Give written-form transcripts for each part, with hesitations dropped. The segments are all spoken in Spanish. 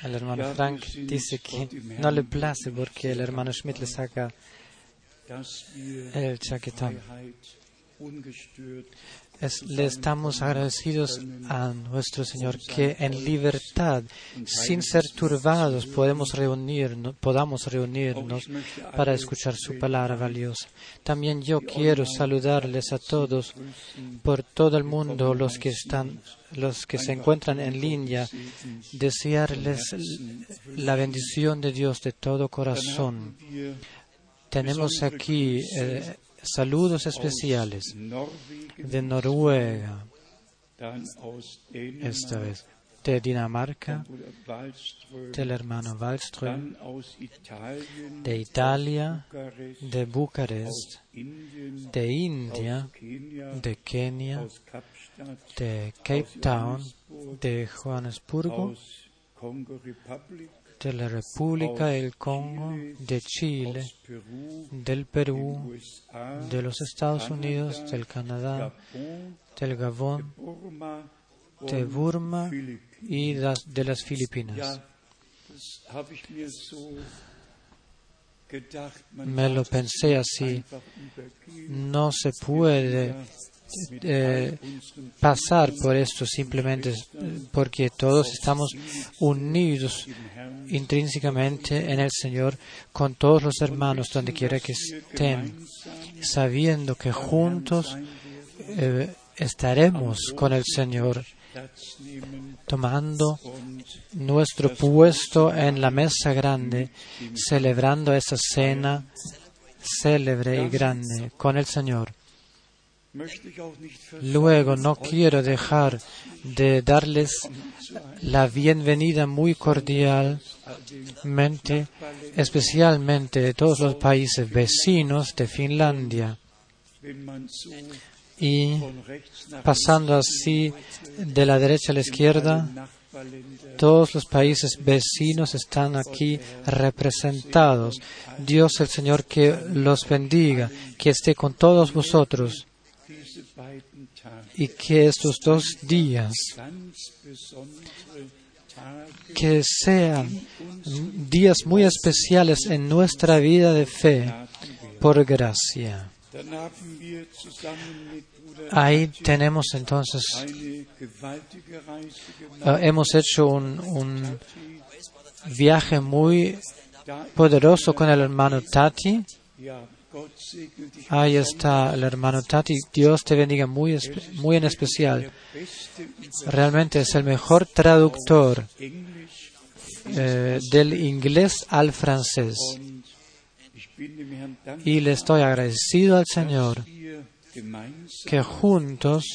El hermano Frank dice que no le place porque el hermano Schmidt le saca el chaquetón. Le estamos agradecidos a nuestro Señor que en libertad, sin ser turbados, podamos reunirnos para escuchar su palabra valiosa. También yo quiero saludarles a todos por todo el mundo, los que se encuentran en línea, desearles la bendición de Dios de todo corazón. Tenemos aquí saludos especiales de Noruega, esta vez, de Dinamarca, del hermano Wallström, de Italia, de Bucarest, de India, de Kenia, de Cape Town, de Johannesburgo, de la República del Congo, de Chile, del Perú, de los Estados Unidos, del Canadá, del Gabón, de Burma y de las Filipinas. Me lo pensé así. No se puede pasar por esto simplemente porque todos estamos unidos intrínsecamente en el Señor con todos los hermanos donde quiera que estén, sabiendo que juntos estaremos con el Señor, tomando nuestro puesto en la mesa grande, celebrando esa cena célebre y grande con el Señor. Luego no quiero dejar de darles la bienvenida muy cordialmente, especialmente de todos los países vecinos de Finlandia. Y pasando así de la derecha a la izquierda, todos los países vecinos están aquí representados. Dios el Señor que los bendiga, que esté con todos vosotros. Y que estos 2 días, que sean días muy especiales en nuestra vida de fe, por gracia. Ahí tenemos entonces, hemos hecho un viaje muy poderoso con el hermano Tati. Ahí está el hermano Tati. Dios te bendiga muy en especial. Realmente es el mejor traductor del inglés al francés. Y le estoy agradecido al Señor que juntos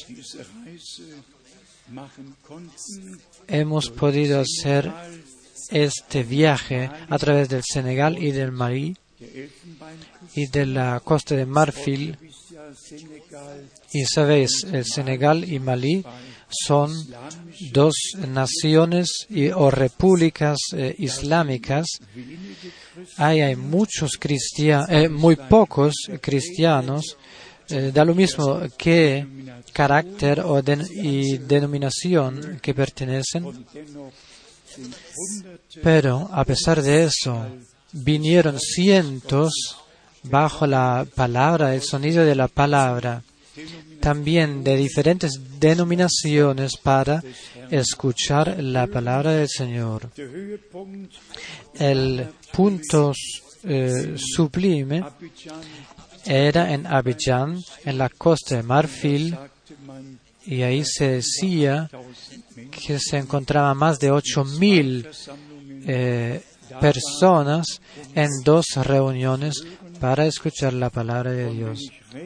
hemos podido hacer este viaje a través del Senegal y del Malí y de la costa de Marfil. Y sabéis, el Senegal y Malí son 2 naciones o repúblicas islámicas. Hay muchos muy pocos cristianos, da lo mismo qué carácter y denominación que pertenecen. Pero a pesar de eso, vinieron cientos bajo la palabra, el sonido de la palabra, también de diferentes denominaciones para escuchar la palabra del Señor. El punto sublime era en Abidjan, en la costa de Marfil, y ahí se decía que se encontraban más de 8,000 personas en 2 reuniones para escuchar la palabra de Dios.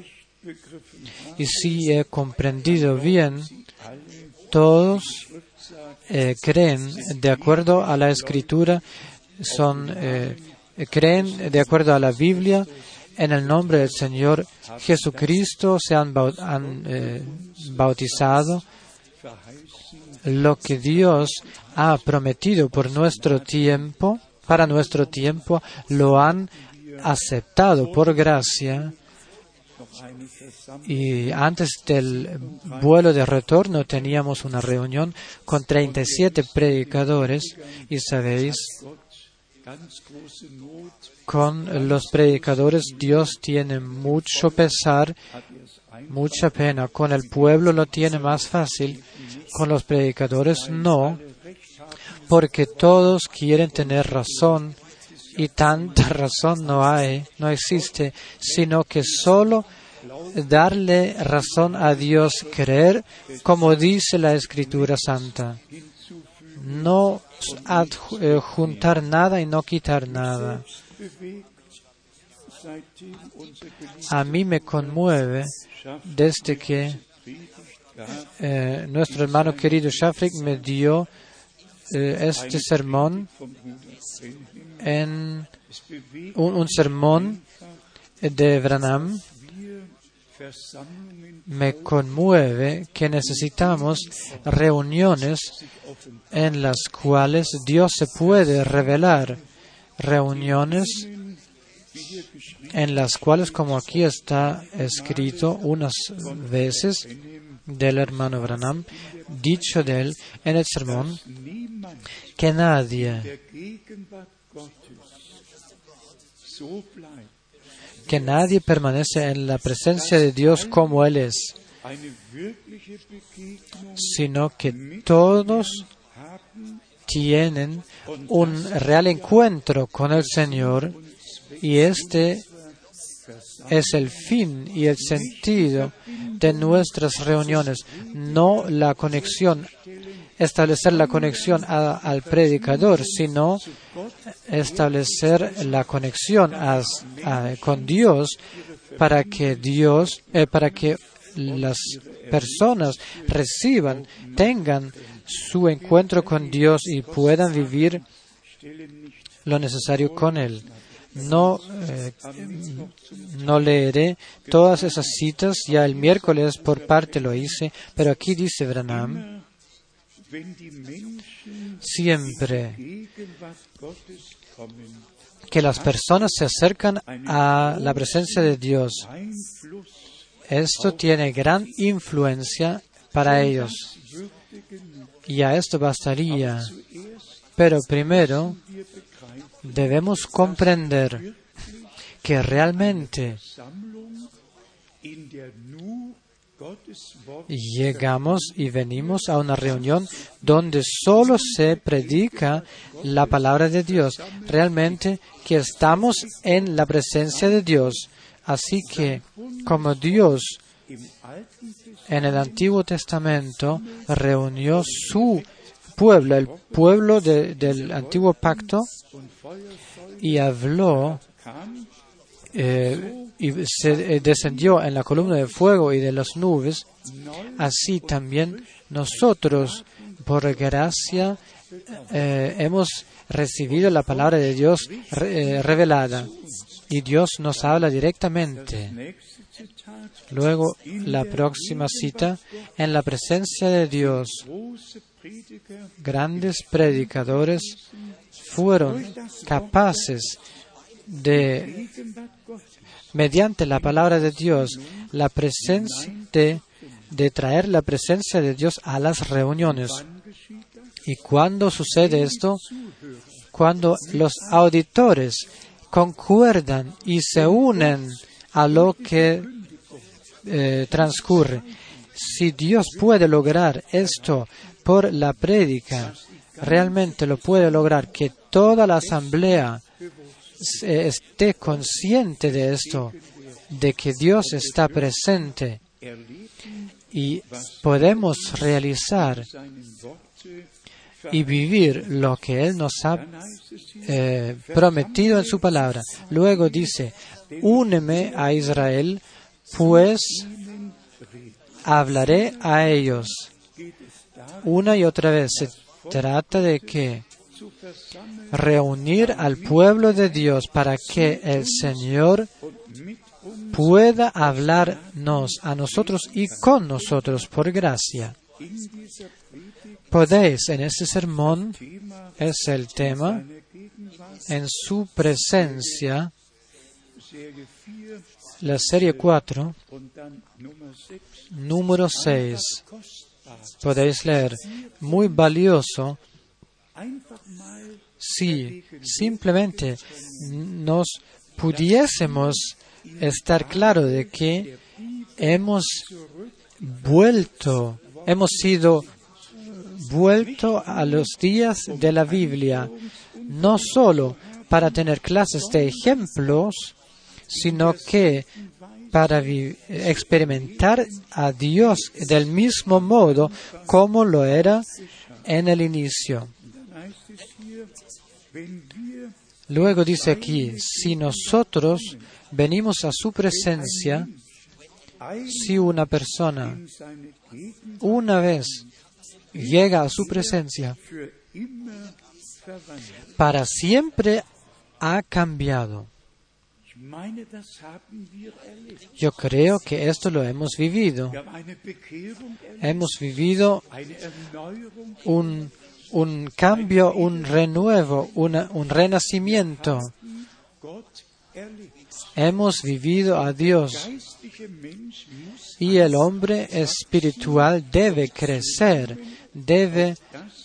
Y si he comprendido bien, todos creen de acuerdo a la Escritura, creen de acuerdo a la Biblia, en el nombre del Señor Jesucristo, se han bautizado. Lo que Dios ha prometido para nuestro tiempo, lo han aceptado por gracia Y antes del vuelo de retorno teníamos una reunión con 37 predicadores y sabéis, con los predicadores Dios tiene mucho pesar, mucha pena. Con el pueblo lo tiene más fácil, con los predicadores no, porque todos quieren tener razón y tanta razón no existe, sino que solo darle razón a Dios, creer como dice la Escritura Santa, no juntar nada y no quitar nada. A mí me conmueve desde que nuestro hermano querido Shafrik me dio este sermón, en un sermón de Branham. Me conmueve que necesitamos reuniones en las cuales Dios se puede revelar, reuniones en las cuales, como aquí está escrito unas veces del hermano Branham, dicho de él en el sermón, que nadie permanece en la presencia de Dios como Él es, sino que todos tienen un real encuentro con el Señor, y este es el fin y el sentido de nuestras reuniones, no la conexión, establecer la conexión al predicador, sino establecer la conexión con Dios para que las personas tengan su encuentro con Dios y puedan vivir lo necesario con Él. No leeré todas esas citas, ya el miércoles por parte lo hice, pero aquí dice Branham, siempre que las personas se acercan a la presencia de Dios, esto tiene gran influencia para ellos. Y a esto bastaría. Pero primero debemos comprender que realmente llegamos y venimos a una reunión donde solo se predica la palabra de Dios. Realmente que estamos en la presencia de Dios. Así que, como Dios en el Antiguo Testamento reunió su pueblo, el pueblo del Antiguo Pacto, y habló y se descendió en la columna de fuego y de las nubes, así también nosotros, por gracia, hemos recibido la palabra de Dios revelada, y Dios nos habla directamente. Luego, la próxima cita, en la presencia de Dios, grandes predicadores fueron capaces de, mediante la palabra de Dios, la presencia de traer la presencia de Dios a las reuniones. ¿Y cuándo sucede esto? Cuando los auditores concuerdan y se unen a lo que transcurre. Si Dios puede lograr esto por la prédica, realmente lo puede lograr, que toda la asamblea esté consciente de esto, de que Dios está presente, y podemos realizar y vivir lo que Él nos ha prometido en su palabra. Luego dice, úneme a Israel, pues hablaré a ellos. Una y otra vez se trata de que reunir al pueblo de Dios para que el Señor pueda hablarnos a nosotros y con nosotros por gracia. Podéis, en este sermón, es el tema, en su presencia, la serie 4, número 6. Podéis leer, muy valioso si simplemente nos pudiésemos estar claro de que hemos sido vuelto a los días de la Biblia, no solo para tener clases de ejemplos, sino que para experimentar a Dios del mismo modo como lo era en el inicio. Luego dice aquí, si nosotros venimos a su presencia, si una persona una vez llega a su presencia, para siempre ha cambiado. Yo creo que esto lo hemos vivido. Hemos vivido un cambio, un renuevo, un renacimiento. Hemos vivido a Dios. Y el hombre espiritual debe crecer, debe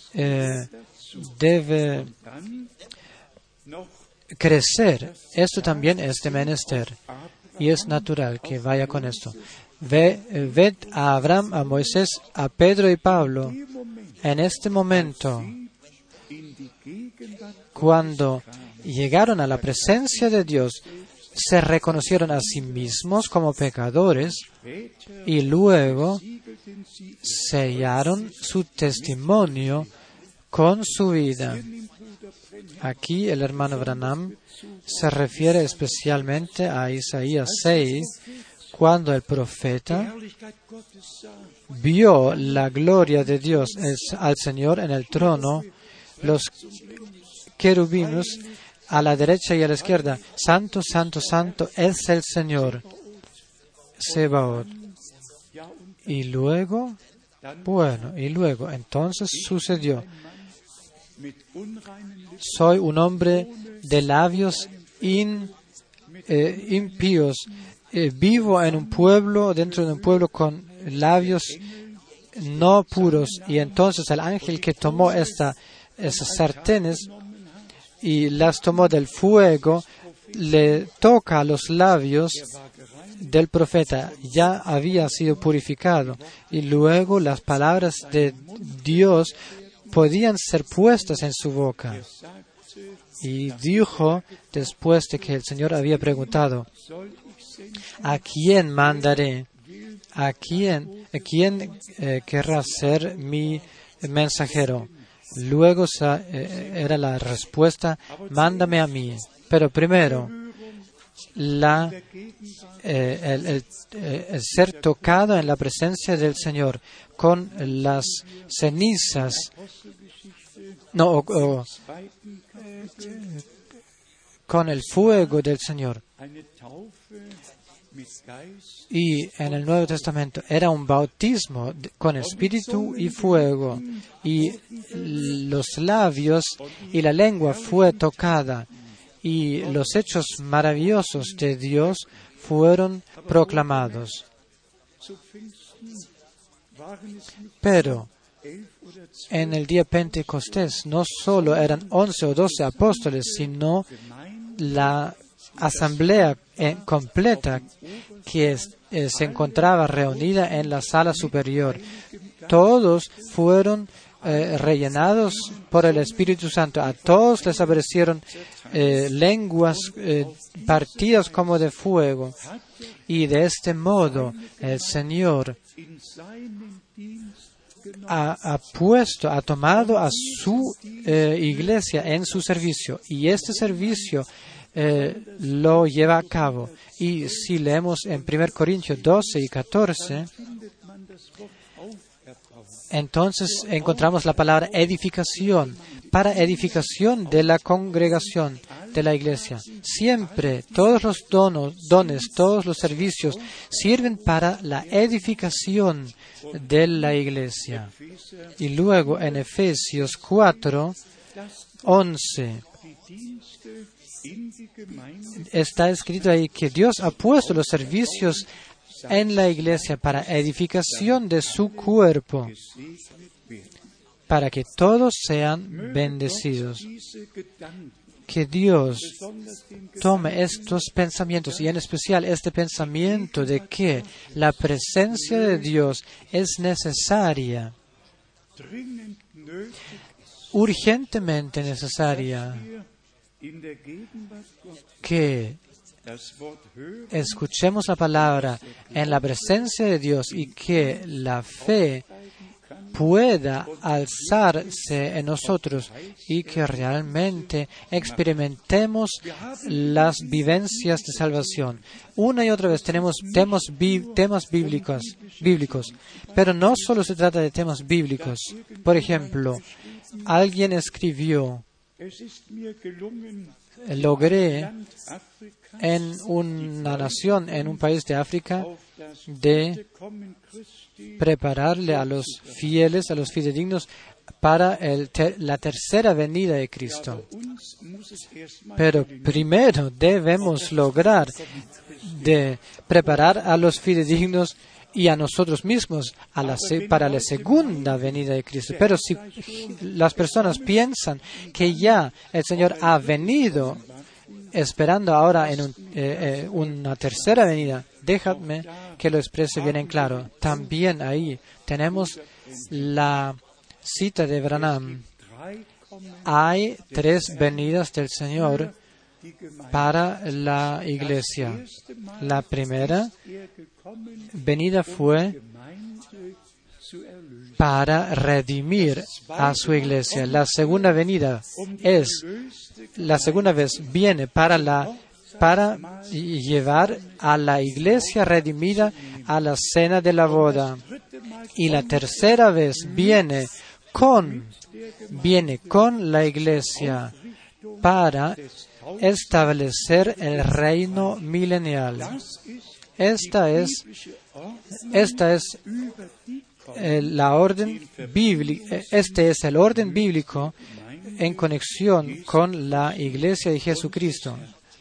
crecer. Esto también es de menester. Y es natural que vaya con esto. Ved a Abraham, a Moisés, a Pedro y Pablo. En este momento, cuando llegaron a la presencia de Dios, se reconocieron a sí mismos como pecadores y luego sellaron su testimonio con su vida. Aquí el hermano Branham se refiere especialmente a Isaías 6, cuando el profeta vio la gloria de Dios al Señor en el trono, los querubines a la derecha y a la izquierda. Santo, santo, santo es el Señor, Sebaot. Y luego, entonces sucedió. Soy un hombre de labios impíos. Vivo en un pueblo, dentro de un pueblo con labios no puros. Y entonces el ángel que tomó esas sartenes y las tomó del fuego, le toca los labios del profeta. Ya había sido purificado. Y luego las palabras de Dios podían ser puestas en su boca. Y dijo, después de que el Señor había preguntado, ¿a quién mandaré? ¿A quién querrá ser mi mensajero? Luego era la respuesta, mándame a mí. Pero primero, el ser tocado en la presencia del Señor con las cenizas, con el fuego del Señor. Y en el Nuevo Testamento era un bautismo con espíritu y fuego, y los labios y la lengua fue tocada, y los hechos maravillosos de Dios fueron proclamados. Pero en el día Pentecostés no solo eran 11 o 12 apóstoles, sino la asamblea completa que se encontraba reunida en la sala superior. Todos fueron rellenados por el Espíritu Santo. A todos les aparecieron lenguas partidas como de fuego. Y de este modo el Señor ha tomado a su iglesia en su servicio. Y este servicio lo lleva a cabo. Y si leemos en 1 Corintios 12 y 14, entonces encontramos la palabra edificación, para edificación de la congregación de la iglesia. Siempre, todos los dones, todos los servicios sirven para la edificación de la iglesia. Y luego en Efesios 4, 11 está escrito ahí que Dios ha puesto los servicios en la iglesia para edificación de su cuerpo, para que todos sean bendecidos. Que Dios tome estos pensamientos y en especial este pensamiento de que la presencia de Dios es necesaria, urgentemente necesaria, que escuchemos la palabra en la presencia de Dios y que la fe pueda alzarse en nosotros y que realmente experimentemos las vivencias de salvación. Una y otra vez tenemos temas bíblicos, pero no solo se trata de temas bíblicos. Por ejemplo, alguien escribió: logré en una nación, en un país de África, de prepararle a los fieles, a los fidedignos, para la tercera venida de Cristo. Pero primero debemos lograr de preparar a los fidedignos y a nosotros mismos para la segunda venida de Cristo. Pero si las personas piensan que ya el Señor ha venido, esperando ahora en una tercera venida, déjame que lo exprese bien en claro. También ahí tenemos la cita de Branham. Hay 3 venidas del Señor para la iglesia. La primera venida fue para redimir a su iglesia. La segunda venida viene para llevar a la iglesia redimida a la cena de la boda. Y la tercera vez viene con la iglesia para establecer el reino milenial. Esta es la orden bíblica. Este es el orden bíblico en conexión con la iglesia de Jesucristo.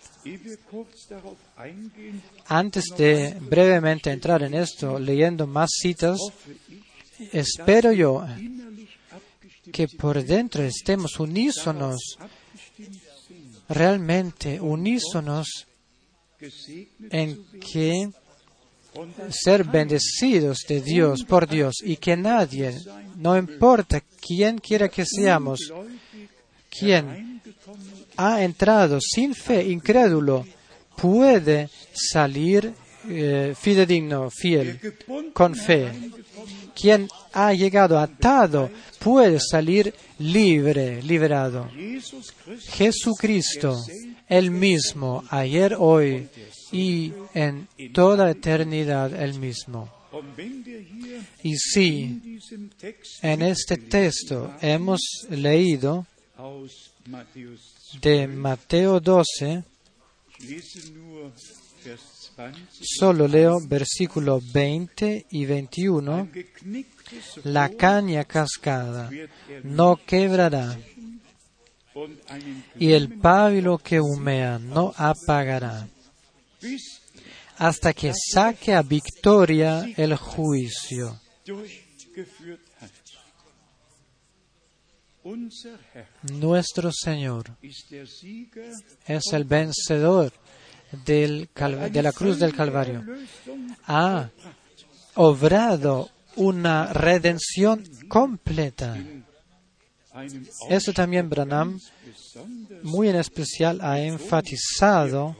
Antes de brevemente entrar en esto, leyendo más citas, espero yo que por dentro estemos unísonos, realmente unísonos, en que ser bendecidos de Dios, por Dios, y que nadie, no importa quién quiera que seamos, quien ha entrado sin fe, incrédulo, puede salir fidedigno, fiel, con fe. Quien ha llegado atado puede salir libre, liberado. Jesucristo, el mismo, ayer, hoy y en toda eternidad el mismo. Y si en este texto hemos leído de Mateo 12, solo leo versículos 20 y 21. La caña cascada no quebrará, y el pábilo que humea no apagará, hasta que saque a victoria el juicio. Nuestro Señor es el vencedor de la cruz del Calvario. Ha obrado una redención completa. Eso también Branham muy en especial ha enfatizado.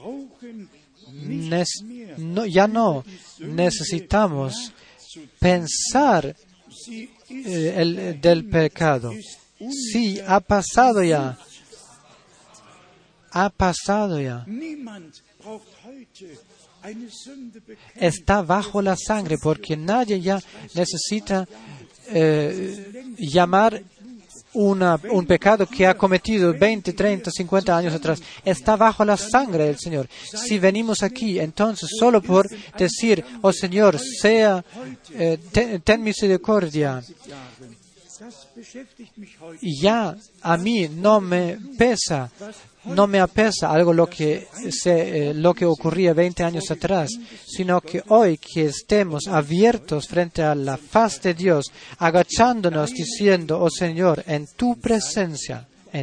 Ya no necesitamos pensar del pecado. Sí, ha pasado ya. Ha pasado ya. Está bajo la sangre, porque nadie ya necesita llamar un pecado que ha cometido 20, 30, 50 años atrás. Está bajo la sangre del Señor. Si venimos aquí, entonces, solo por decir, oh Señor, ten misericordia. Y ya a mí no me apesa algo lo que ocurría 20 años atrás, sino que hoy que estemos abiertos frente a la faz de Dios, agachándonos diciendo, oh Señor, en tu presencia,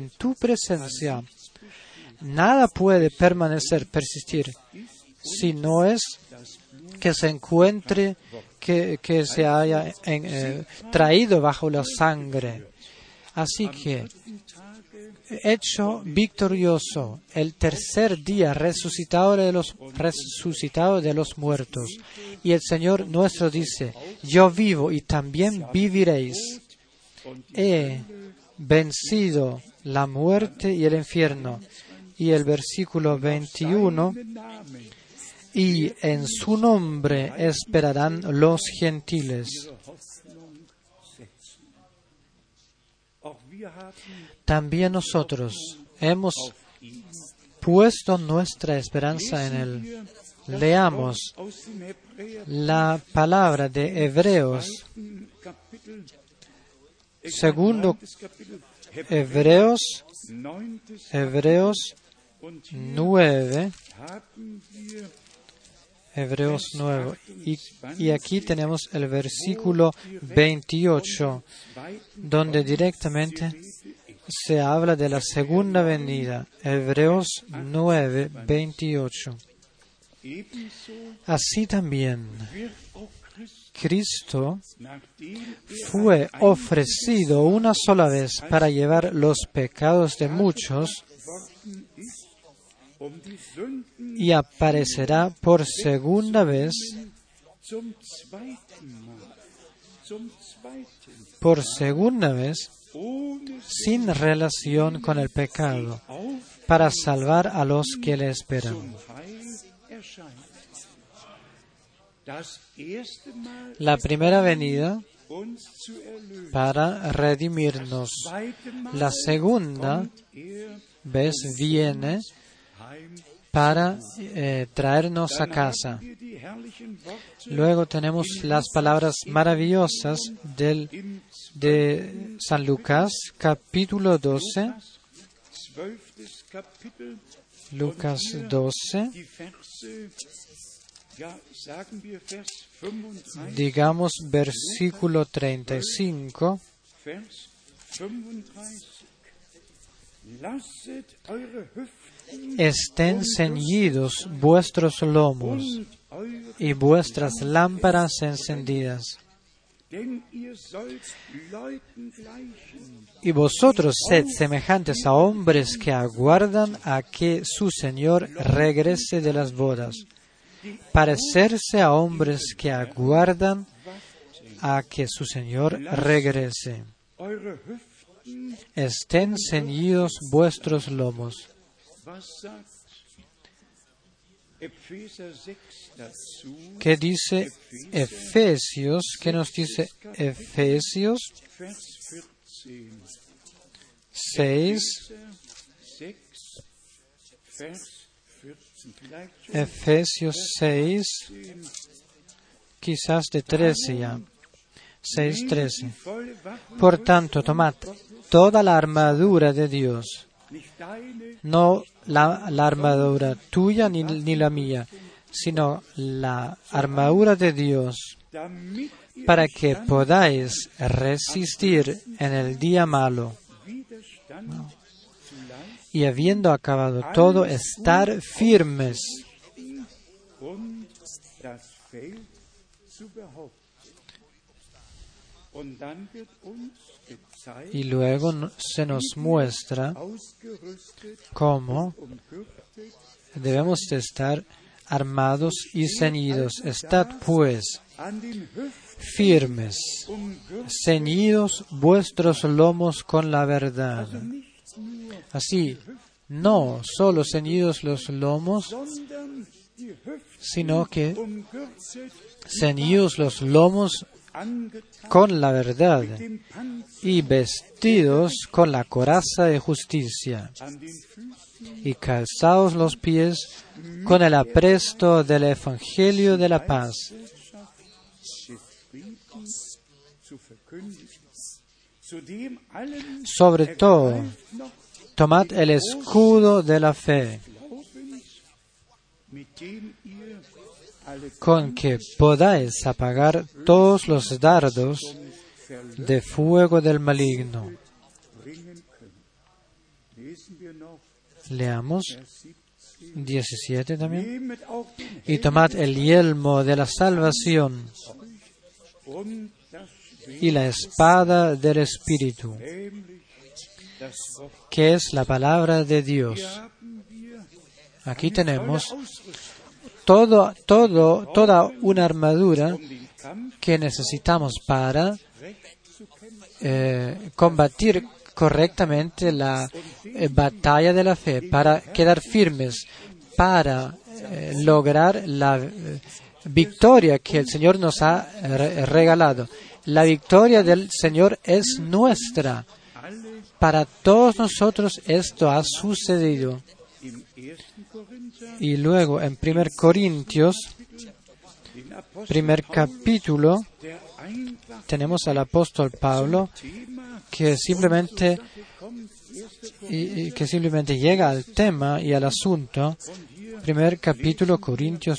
nada puede persistir, si no es que se encuentre, que se haya traído bajo la sangre. Así que, hecho victorioso, el tercer día resucitado de los muertos. Y el Señor nuestro dice, yo vivo y también viviréis. He vencido la muerte y el infierno. Y el versículo 21, y en su nombre esperarán los gentiles. También nosotros hemos puesto nuestra esperanza en Él. Leamos la palabra de Hebreos, Hebreos 9. Hebreos 9. Y aquí tenemos el versículo 28, donde directamente se habla de la segunda venida. Hebreos 9, 28. Así también, Cristo fue ofrecido una sola vez para llevar los pecados de muchos y aparecerá por segunda vez sin relación con el pecado para salvar a los que le esperan. La primera venida para redimirnos. La segunda vez viene para traernos a casa. Luego tenemos las palabras maravillosas de San Lucas, capítulo 12. Lucas 12. Digamos versículo 35. Estén ceñidos vuestros lomos y vuestras lámparas encendidas. Y vosotros sed semejantes a hombres que aguardan a que su Señor regrese de las bodas. Parecerse a hombres que aguardan a que su Señor regrese. Estén ceñidos vuestros lomos. ¿Qué dice Efesios? ¿Qué nos dice Efesios 6? Efesios 6, quizás de 13 ya. 6:13. Por tanto, tomad toda la armadura de Dios, no la armadura tuya ni la mía, sino la armadura de Dios, para que podáis resistir en el día malo. Y habiendo acabado todo, estar firmes. Y luego se nos muestra cómo debemos de estar armados y ceñidos. Estad pues firmes, ceñidos vuestros lomos con la verdad. Así, no solo ceñidos los lomos, sino que ceñidos los lomos con la verdad y vestidos con la coraza de justicia y calzados los pies con el apresto del Evangelio de la paz. Sobre todo, tomad el escudo de la fe, con que podáis apagar todos los dardos de fuego del maligno. Leamos 17 también. Y tomad el yelmo de la salvación y la espada del Espíritu, que es la palabra de Dios. Aquí tenemos toda una armadura que necesitamos para combatir correctamente la batalla de la fe, para quedar firmes, para lograr la victoria que el Señor nos ha regalado. La victoria del Señor es nuestra. Para todos nosotros esto ha sucedido. Y luego en 1 Corintios, primer capítulo, tenemos al apóstol Pablo que simplemente llega al tema y al asunto. Primer capítulo, Corintios,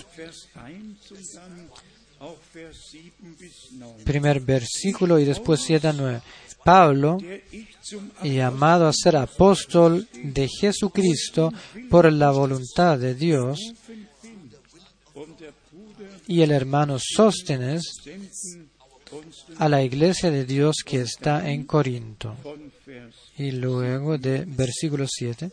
primer versículo y después 7 a 9. Pablo, llamado a ser apóstol de Jesucristo por la voluntad de Dios, y el hermano Sóstenes, a la iglesia de Dios que está en Corinto. Y luego de versículo 7.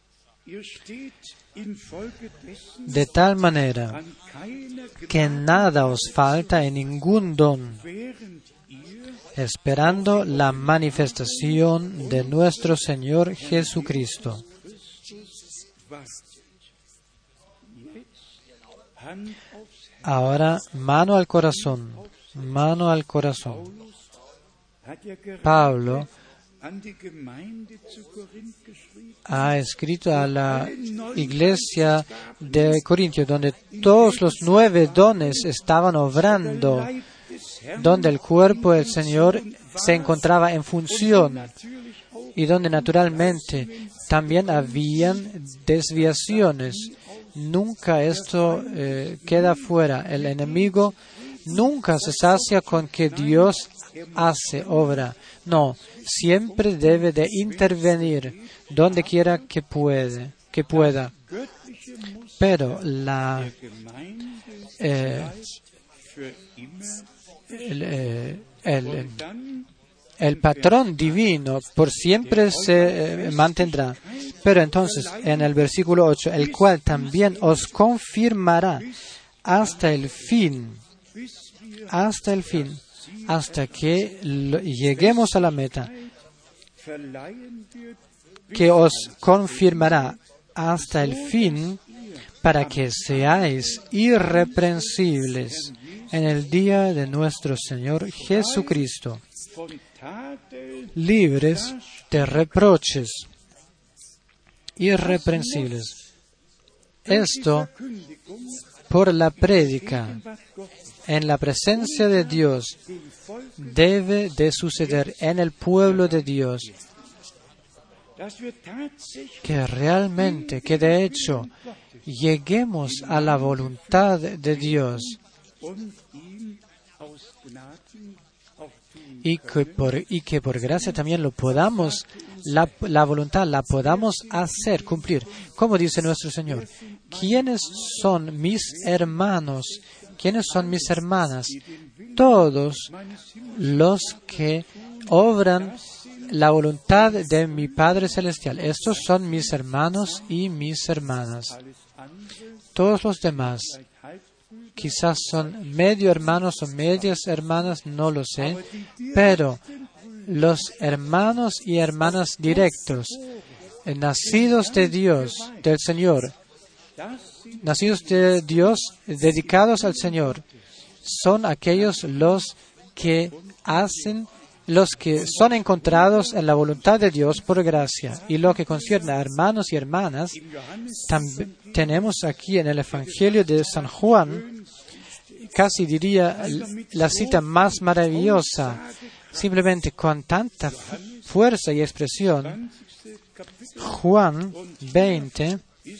De tal manera que nada os falta en ningún don, esperando la manifestación de nuestro Señor Jesucristo. Ahora, mano al corazón. Pablo ha escrito a la iglesia de Corintios, donde todos los 9 dones estaban obrando, donde el cuerpo del Señor se encontraba en función y donde naturalmente también habían desviaciones. Nunca esto queda fuera. El enemigo nunca se sacia con que Dios hace obra. No, siempre debe de intervenir donde quiera que pueda. Pero el patrón divino por siempre se mantendrá. Pero entonces, en el versículo 8, el cual también os confirmará hasta el fin, hasta que lleguemos a la meta, que os confirmará hasta el fin, para que seáis irreprensibles en el día de nuestro Señor Jesucristo, libres de reproches, irreprensibles. Esto por la prédica en la presencia de Dios debe de suceder en el pueblo de Dios, que realmente, que de hecho lleguemos a la voluntad de Dios y que por gracia también lo podamos, la voluntad la podamos hacer cumplir. Como dice nuestro Señor, ¿quiénes son mis hermanos? ¿Quiénes son mis hermanas? Todos los que obran la voluntad de mi Padre Celestial. Estos son mis hermanos y mis hermanas. Todos los demás quizás son medio hermanos o medias hermanas, no lo sé, pero los hermanos y hermanas directos, nacidos de Dios, del Señor, nacidos de Dios, dedicados al Señor, son aquellos los que son encontrados en la voluntad de Dios por gracia. Y lo que concierne a hermanos y hermanas, tenemos aquí en el Evangelio de San Juan, casi diría la cita más maravillosa, simplemente con tanta fuerza y expresión. Juan 20,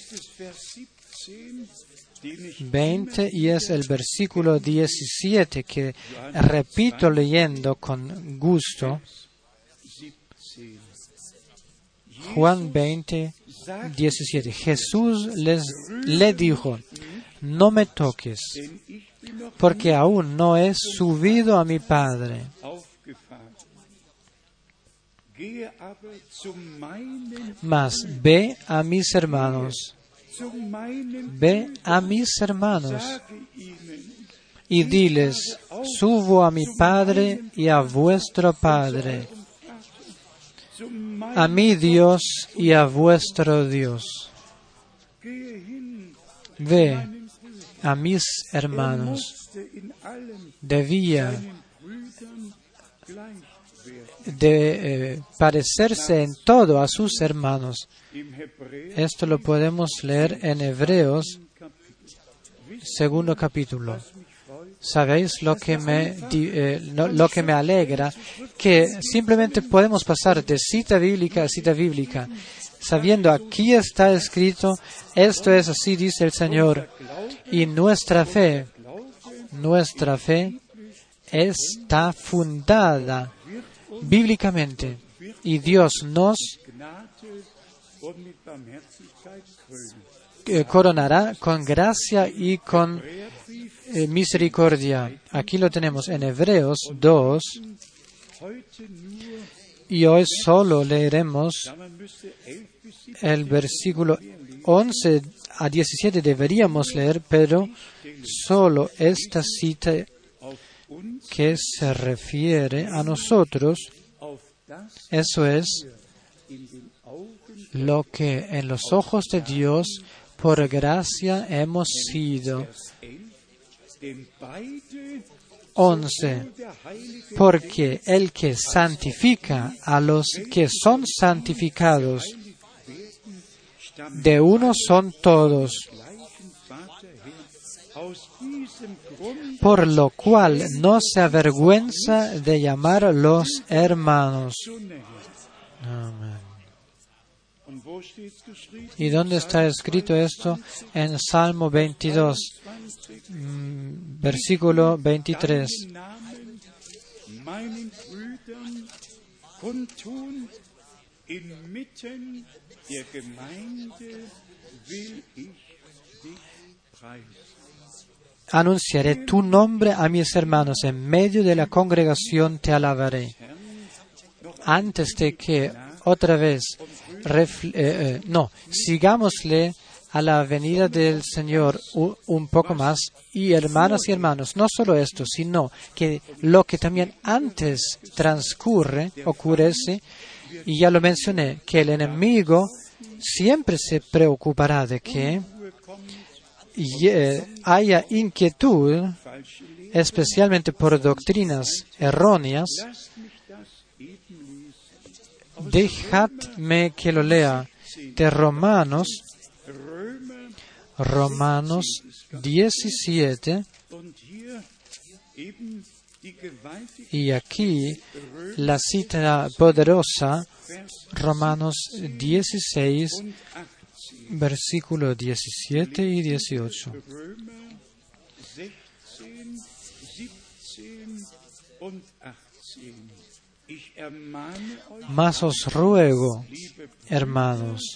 y es el versículo 17 que repito leyendo con gusto. Juan 20, 17. Jesús le dijo: no me toques, porque aún no he subido a mi Padre. Mas ve a mis hermanos, y diles: subo a mi Padre y a vuestro Padre, a mi Dios y a vuestro Dios. Ve a mis hermanos. Debía de parecerse en todo a sus hermanos. Esto lo podemos leer en Hebreos, 2 capítulo. ¿Sabéis lo que me alegra? Que simplemente podemos pasar de cita bíblica a cita bíblica, sabiendo aquí está escrito, esto es así, dice el Señor. Y nuestra fe está fundada bíblicamente, y Dios nos coronará con gracia y con misericordia. Aquí lo tenemos en Hebreos 2, y hoy solo leeremos el versículo 11 a 17. Deberíamos leer, pero solo esta cita que se refiere a nosotros. Eso es lo que en los ojos de Dios por gracia hemos sido. 11. Porque el que santifica a los que son santificados, de uno son todos. Por lo cual no se avergüenza de llamarlos hermanos. Amén. ¿Y dónde está escrito esto? En Salmo 22, versículo 23. Anunciaré tu nombre a mis hermanos, en medio de la congregación te alabaré. Antes de que otra vez, sigámosle a la venida del Señor un poco más. Y hermanas y hermanos, no solo esto, sino que lo que también antes ocurre, y ya lo mencioné, que el enemigo siempre se preocupará de que haya inquietud, especialmente por doctrinas erróneas. Dejadme que lo lea de Romanos 17, y aquí la cita poderosa, Romanos 16, versículos 17 y 18. Mas os ruego, hermanos,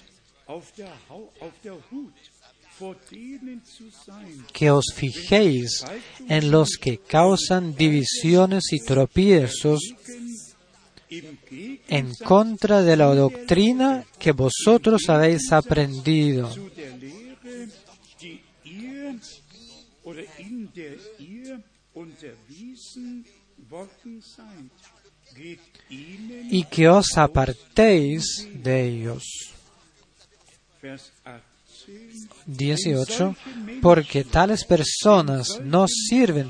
que os fijéis en los que causan divisiones y tropiezos en contra de la doctrina que vosotros habéis aprendido, y que os apartéis de ellos. 18. Porque tales personas no sirven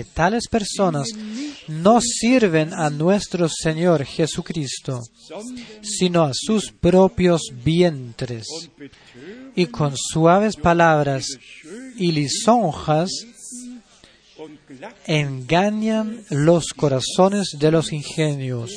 a nuestro Señor Jesucristo, sino a sus propios vientres, y con suaves palabras y lisonjas engañan los corazones de los ingenuos.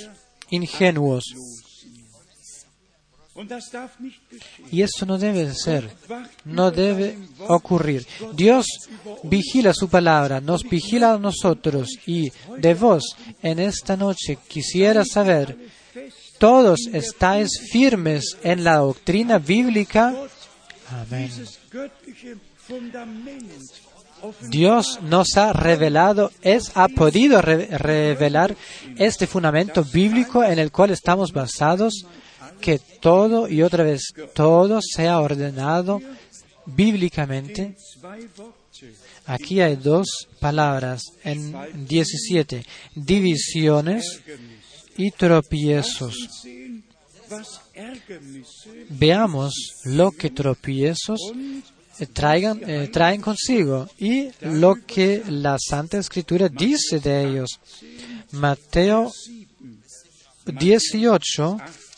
Y eso no debe ser, no debe ocurrir. Dios vigila su palabra, nos vigila a nosotros, y de vos en esta noche quisiera saber, ¿todos estáis firmes en la doctrina bíblica? Amén. Dios nos ha revelado, ha podido revelar este fundamento bíblico en el cual estamos basados, que todo y otra vez todo sea ordenado bíblicamente. Aquí hay dos palabras en 17, divisiones y tropiezos. Veamos lo que tropiezos traen consigo y lo que la Santa Escritura dice de ellos. Mateo 18,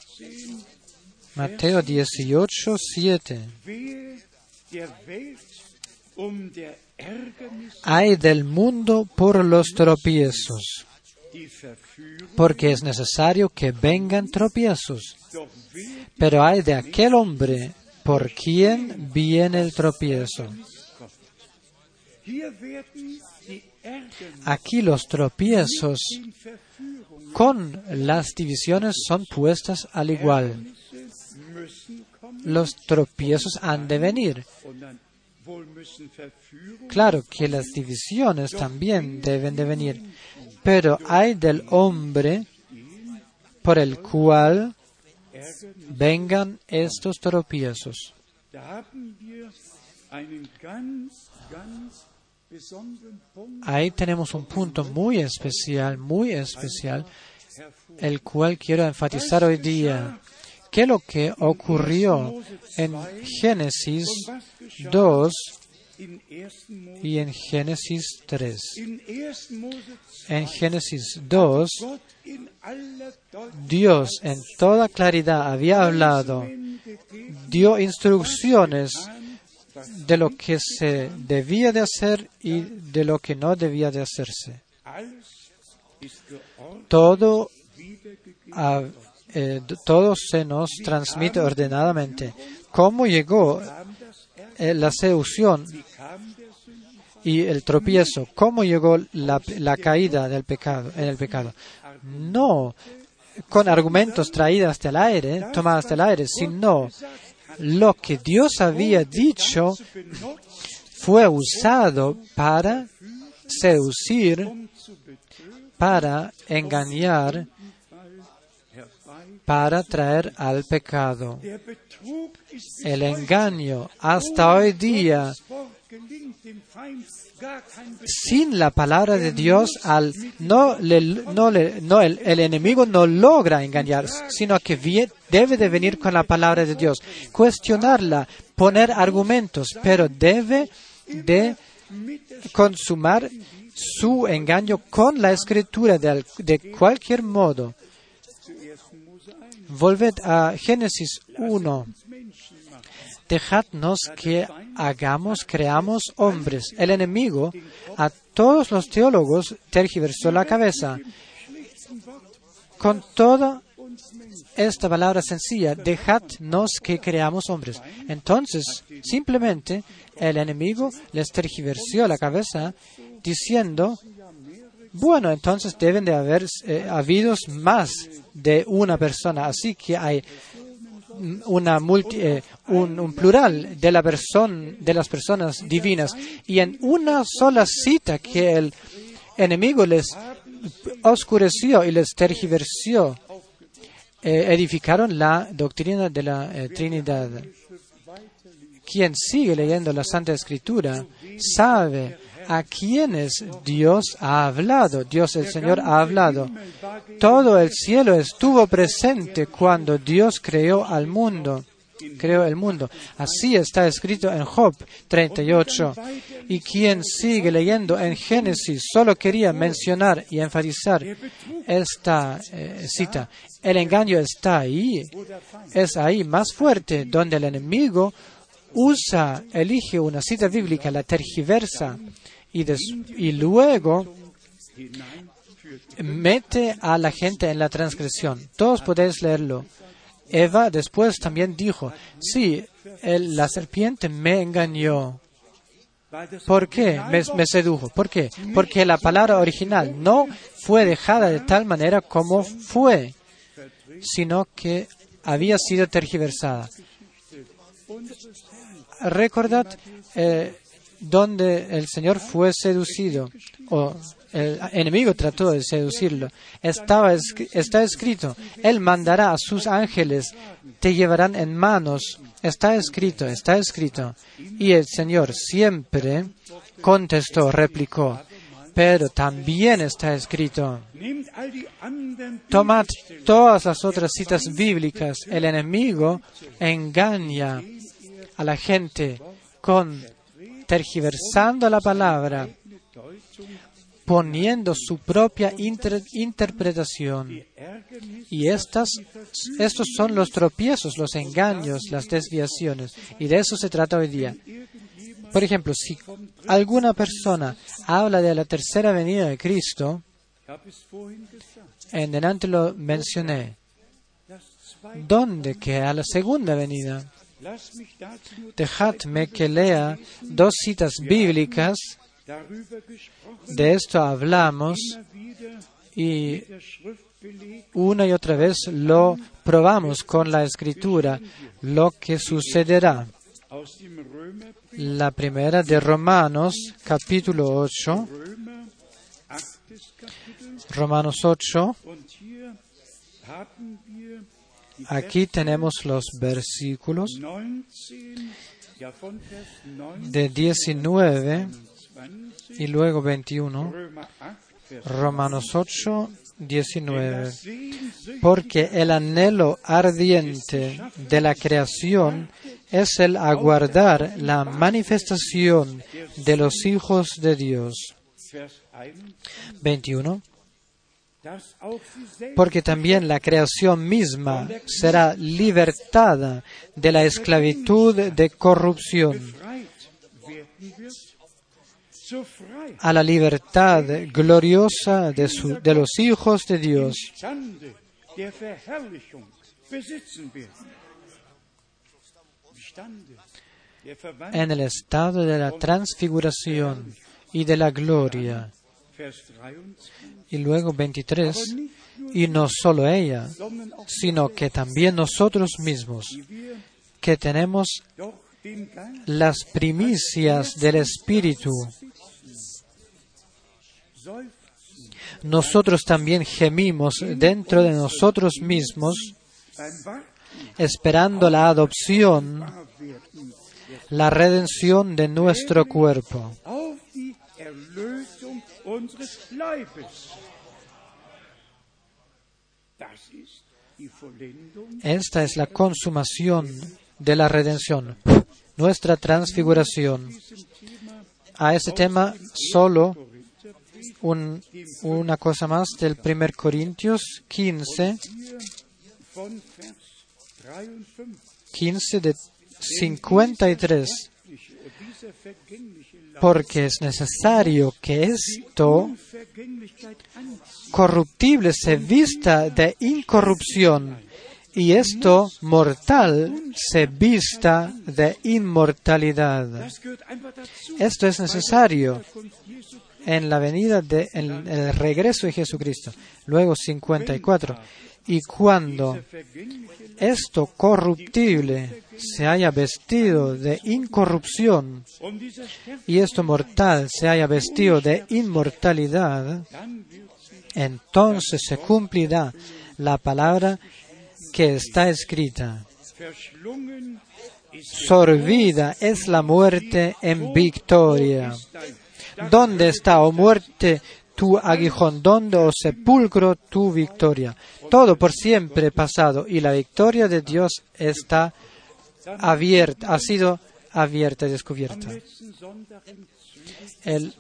7. Ay del mundo por los tropiezos, porque es necesario que vengan tropiezos. Pero ay de aquel hombre por quien viene el tropiezo. Aquí los tropiezos con las divisiones son puestas al igual. Los tropiezos han de venir. Claro que las divisiones también deben de venir, pero hay del hombre por el cual vengan estos tropiezos. Ahí tenemos un punto muy especial, el cual quiero enfatizar hoy día. ¿Qué es lo que ocurrió en Génesis 2 y en Génesis 3? En Génesis 2, Dios en toda claridad había hablado, dio instrucciones de lo que se debía de hacer y de lo que no debía de hacerse. Todo se nos transmite ordenadamente. ¿Cómo llegó la seducción y el tropiezo? ¿Cómo llegó la caída en el pecado? No con argumentos tomados del aire, sino lo que Dios había dicho fue usado para seducir, para engañar, para traer al pecado. El engaño hasta hoy día, sin la palabra de Dios, el enemigo no logra engañar, sino que debe de venir con la palabra de Dios, cuestionarla, poner argumentos, pero debe de consumar su engaño con la Escritura de cualquier modo. Volved a Génesis 1. Dejadnos que creamos hombres. El enemigo a todos los teólogos tergiversó la cabeza. Con toda esta palabra sencilla, dejadnos que creamos hombres. Entonces, simplemente, el enemigo les tergiversó la cabeza diciendo, bueno, entonces deben de haber habido más de una persona, así que hay un plural de las personas divinas, y en una sola cita que el enemigo les oscureció y les tergiversó, edificaron la doctrina de la Trinidad. Quien sigue leyendo la Santa Escritura sabe a quienes Dios ha hablado. Dios el Señor ha hablado. Todo el cielo estuvo presente cuando Dios creó el mundo. Así está escrito en Job 38. Y quien sigue leyendo en Génesis solo quería mencionar y enfatizar esta cita. El engaño está ahí. Es ahí más fuerte, donde el enemigo elige una cita bíblica, la tergiversa y luego mete a la gente en la transgresión. Todos podéis leerlo. Eva después también dijo, sí, la serpiente me engañó. ¿Por qué? Me sedujo. ¿Por qué? Porque la palabra original no fue dejada de tal manera como fue, sino que había sido tergiversada. Recordad donde el Señor fue seducido, o el enemigo trató de seducirlo. Está escrito, Él mandará a sus ángeles, te llevarán en manos. Está escrito. Y el Señor siempre contestó, replicó, pero también está escrito. Tomad todas las otras citas bíblicas. El enemigo engaña a la gente tergiversando la palabra, poniendo su propia interpretación. Y estos son los tropiezos, los engaños, las desviaciones. Y de eso se trata hoy día. Por ejemplo, si alguna persona habla de la tercera venida de Cristo, en delante lo mencioné, ¿dónde queda la segunda venida? Dejadme que lea 2 citas bíblicas. De esto hablamos y una y otra vez lo probamos con la Escritura, lo que sucederá. La primera de Romanos, capítulo 8. Romanos 8. Aquí tenemos los versículos de 19 y luego 21. Romanos 8, 19. Porque el anhelo ardiente de la creación es el aguardar la manifestación de los hijos de Dios. 21. Porque también la creación misma será libertada de la esclavitud de corrupción a la libertad gloriosa de los hijos de Dios. En el estado de la transfiguración y de la gloria. Y luego 23, y no solo ella, sino que también nosotros mismos, que tenemos las primicias del Espíritu, nosotros también gemimos dentro de nosotros mismos, esperando la adopción, la redención de nuestro cuerpo. Esta es la consumación de la redención, nuestra transfiguración. A este tema solo una cosa más del 1 Corintios 15 de 53. Porque es necesario que esto corruptible se vista de incorrupción y esto mortal se vista de inmortalidad. Esto es necesario en la venida en el regreso de Jesucristo. Luego 54. Y cuando esto corruptible se haya vestido de incorrupción y esto mortal se haya vestido de inmortalidad, entonces se cumplirá la palabra que está escrita. Sorbida es la muerte en victoria. ¿Dónde está, oh muerte, tu aguijón? ¿Dónde, oh sepulcro, tu victoria? Todo por siempre pasado y la victoria de Dios está abierta, ha sido abierta y descubierta. El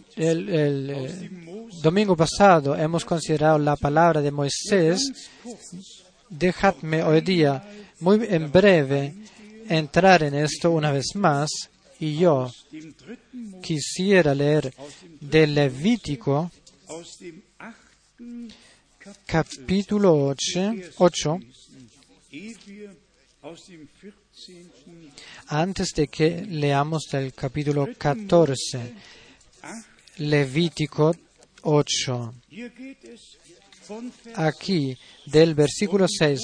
domingo pasado hemos considerado la palabra de Moisés. Dejadme hoy día, muy en breve, entrar en esto una vez más, y yo quisiera leer del Levítico, capítulo 8, antes de que leamos del capítulo 14, Levítico 8. Aquí, del versículo 6,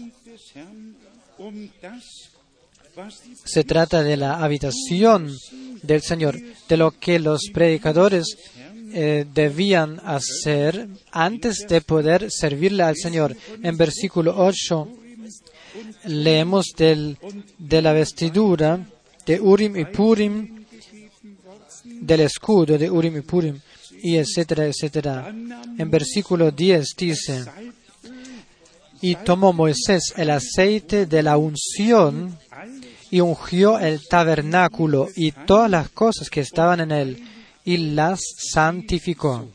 se trata de la habitación del Señor, de lo que los predicadores debían hacer antes de poder servirle al Señor. En versículo 8 leemos de la vestidura de Urim y Purim, del escudo de Urim y Purim, y etcétera, etcétera. En versículo 10 dice: y tomó Moisés el aceite de la unción y ungió el tabernáculo y todas las cosas que estaban en él, y las santificó.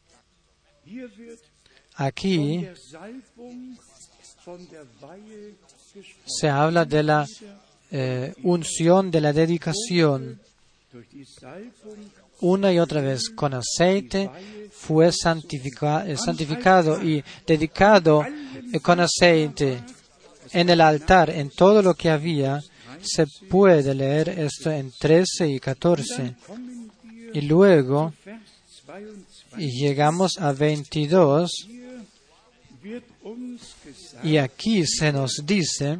Aquí se habla de la unción, de la dedicación. Una y otra vez, con aceite, fue santificado y dedicado con aceite en el altar, en todo lo que había. Se puede leer esto en 13 y 14. Y luego llegamos a 22, y aquí se nos dice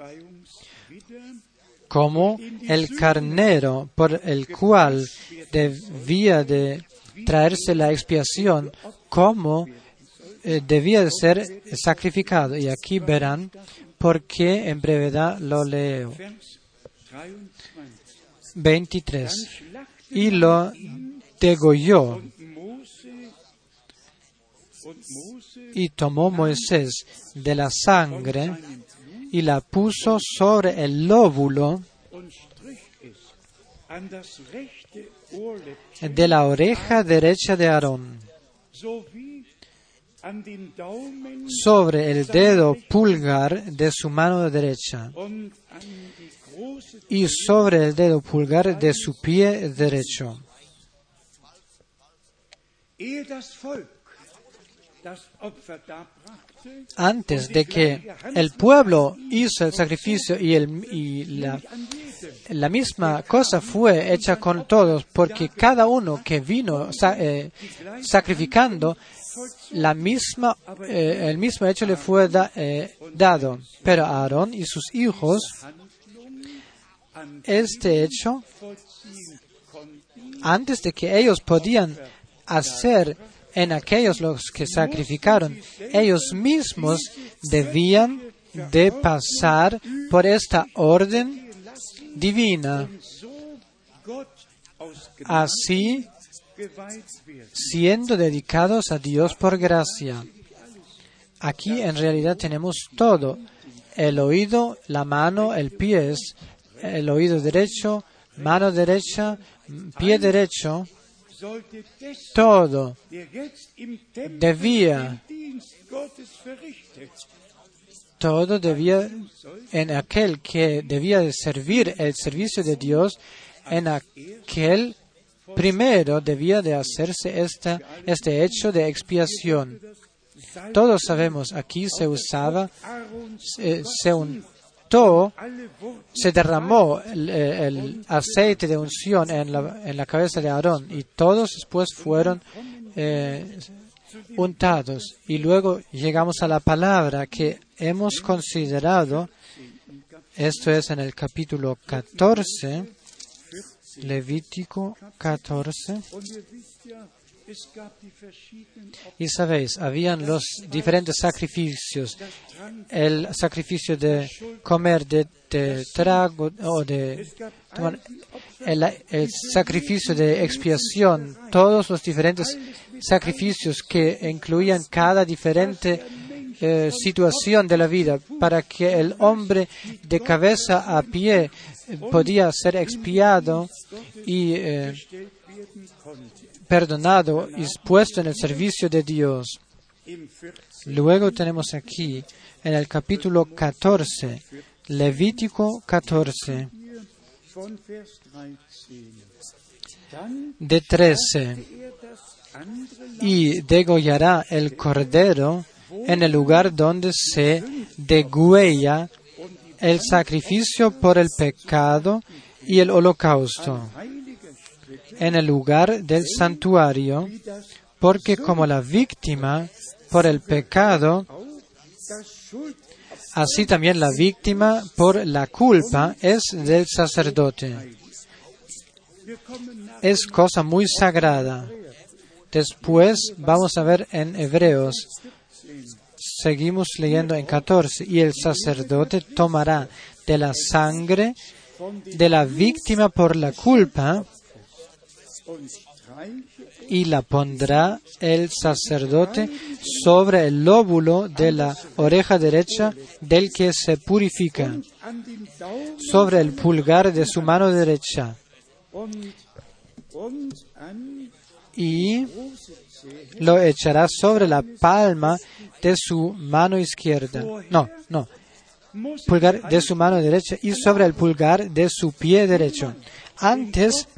cómo el carnero por el cual debía de traerse la expiación, cómo debía de ser sacrificado. Y aquí verán por qué en brevedad lo leo. 23. Y lo degolló, y tomó Moisés de la sangre y la puso sobre el lóbulo de la oreja derecha de Aarón, sobre el dedo pulgar de su mano derecha y sobre el dedo pulgar de su pie derecho. Antes de que el pueblo hizo el sacrificio, y la misma cosa fue hecha con todos, porque cada uno que vino sacrificando, el mismo hecho le fue dado. Pero a Aarón y sus hijos, este hecho, antes de que ellos podían hacer en aquellos los que sacrificaron, ellos mismos debían de pasar por esta orden divina. Así, siendo dedicados a Dios por gracia. Aquí en realidad tenemos todo: el oído, la mano, el pie, el oído derecho, mano derecha, pie derecho. Todo debía en aquel que debía de servir el servicio de Dios, en aquel primero debía de hacerse este hecho de expiación. Todos sabemos, aquí se usaba, se derramó el aceite de unción en la cabeza de Aarón, y todos después fueron untados. Y luego llegamos a la palabra que hemos considerado, esto es en el capítulo 14, Levítico 14. Y sabéis, habían los diferentes sacrificios: el sacrificio de comer, de trago o de tomar, el sacrificio de expiación, todos los diferentes sacrificios que incluían cada diferente situación de la vida, para que el hombre de cabeza a pie podía ser expiado y perdonado y puesto en el servicio de Dios. Luego tenemos aquí, en el capítulo 14, Levítico 14, de 13. Y degollará el cordero en el lugar donde se degüella el sacrificio por el pecado y el holocausto, en el lugar del santuario, porque como la víctima por el pecado, así también la víctima por la culpa es del sacerdote. Es cosa muy sagrada. Después vamos a ver en Hebreos, seguimos leyendo en 14, y el sacerdote tomará de la sangre de la víctima por la culpa y la pondrá el sacerdote sobre el lóbulo de la oreja derecha del que se purifica, sobre el pulgar de su mano derecha, y lo echará sobre la palma de su mano izquierda. Pulgar de su mano derecha y sobre el pulgar de su pie derecho. Antes,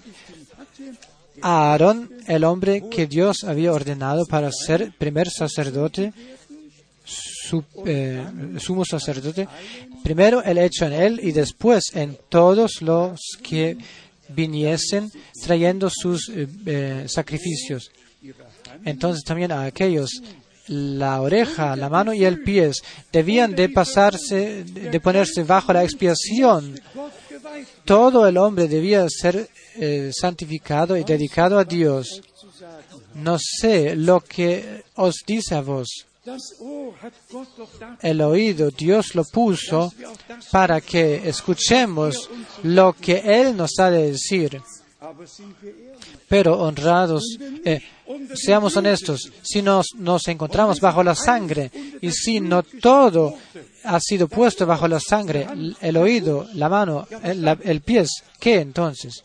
Aarón, el hombre que Dios había ordenado para ser primer sacerdote, sumo sacerdote, primero él echó en él y después en todos los que viniesen trayendo sus sacrificios. Entonces también a aquellos, la oreja, la mano y el pie debían de ponerse bajo la expiación. Todo el hombre debía ser santificado y dedicado a Dios. No sé lo que os dice a vos. El oído Dios lo puso para que escuchemos lo que Él nos ha de decir. Pero honrados, seamos honestos, si nos encontramos bajo la sangre y si no todo ha sido puesto bajo la sangre, el oído, la mano, el pie, ¿qué entonces?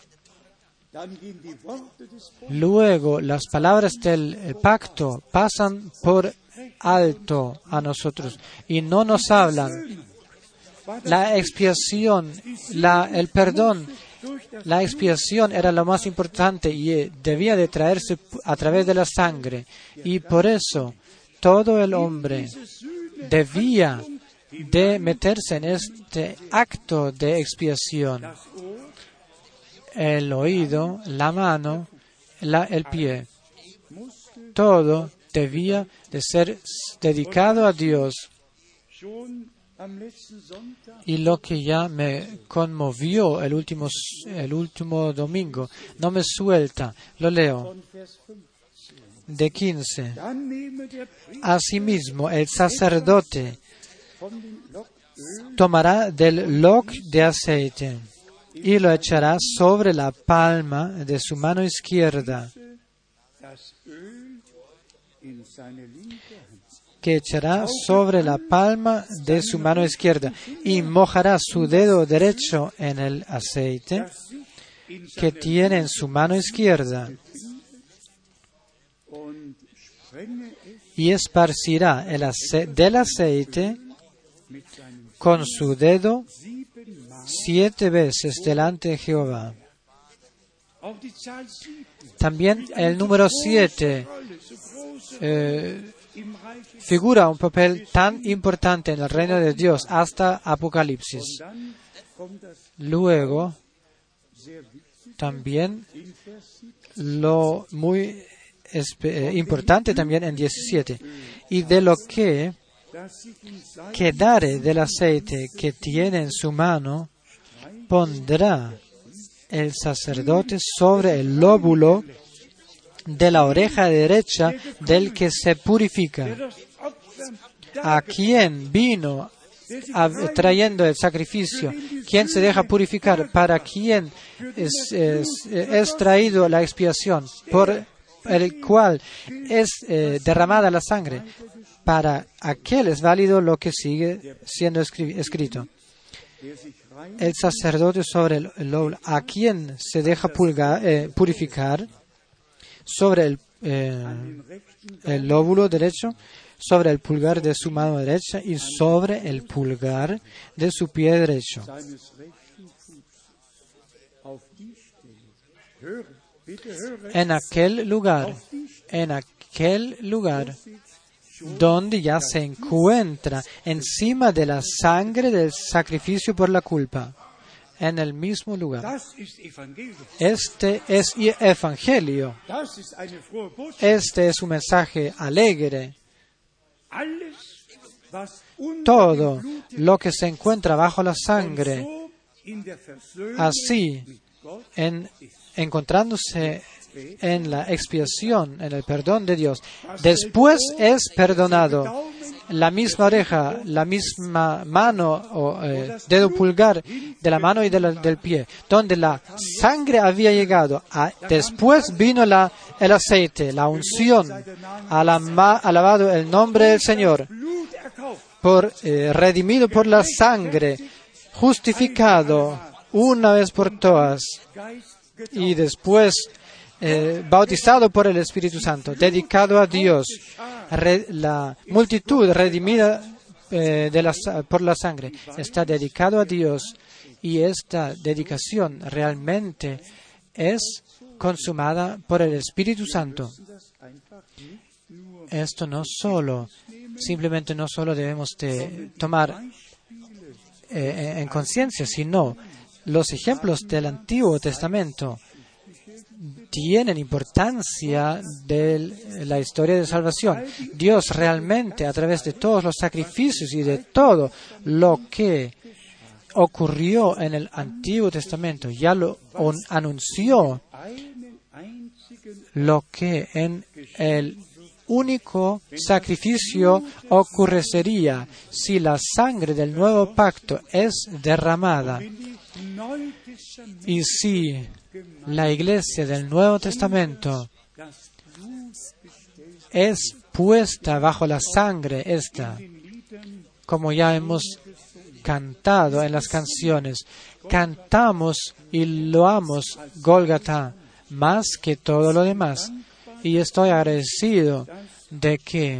Luego las palabras del pacto pasan por alto a nosotros y no nos hablan. La expiación, el perdón, la expiación era lo más importante y debía de traerse a través de la sangre. Y por eso todo el hombre debía de meterse en este acto de expiación. El oído, la mano, el pie, todo debía de ser dedicado a Dios. Y lo que ya me conmovió el último domingo, no me suelta, lo leo, de 15. Asimismo, el sacerdote tomará del loc de aceite y lo echará sobre la palma de su mano izquierda, que echará sobre la palma de su mano izquierda y mojará su dedo derecho en el aceite que tiene en su mano izquierda y esparcirá del aceite con su dedo 7 veces delante de Jehová. También el número 7 figura un papel tan importante en el reino de Dios hasta Apocalipsis. Luego, también lo muy importante también en 17. Y de lo que quedare del aceite que tiene en su mano, pondrá el sacerdote sobre el lóbulo de la oreja derecha del que se purifica. ¿A quién vino trayendo el sacrificio? ¿Quién se deja purificar? ¿Para quién es traído la expiación? Por el cual es derramada la sangre. Para aquel es válido lo que sigue siendo escrito. El sacerdote sobre el lóbulo, ¿a quién se deja purificar? Sobre el lóbulo derecho, sobre el pulgar de su mano derecha y sobre el pulgar de su pie derecho. En aquel lugar, donde ya se encuentra encima de la sangre del sacrificio por la culpa, en el mismo lugar. Este es evangelio. Este es un mensaje alegre. Todo lo que se encuentra bajo la sangre, así, encontrándose en la expiación, en el perdón de Dios, después es perdonado. La misma oreja, la misma mano o dedo pulgar de la mano y del pie, donde la sangre había llegado. Después vino el aceite, la unción, alabado el nombre del Señor, redimido por la sangre, justificado una vez por todas y después bautizado por el Espíritu Santo, dedicado a Dios, la multitud redimida por la sangre está dedicado a Dios, y esta dedicación realmente es consumada por el Espíritu Santo. Esto simplemente no solo debemos de tomar en conciencia, sino los ejemplos del Antiguo Testamento tienen importancia de la historia de salvación. Dios realmente, a través de todos los sacrificios y de todo lo que ocurrió en el Antiguo Testamento, ya lo anunció, lo que en el único sacrificio ocurriría si la sangre del nuevo pacto es derramada y si la iglesia del Nuevo Testamento es puesta bajo la sangre esta, como ya hemos cantado en las canciones. Cantamos y loamos Gólgata más que todo lo demás. Y estoy agradecido de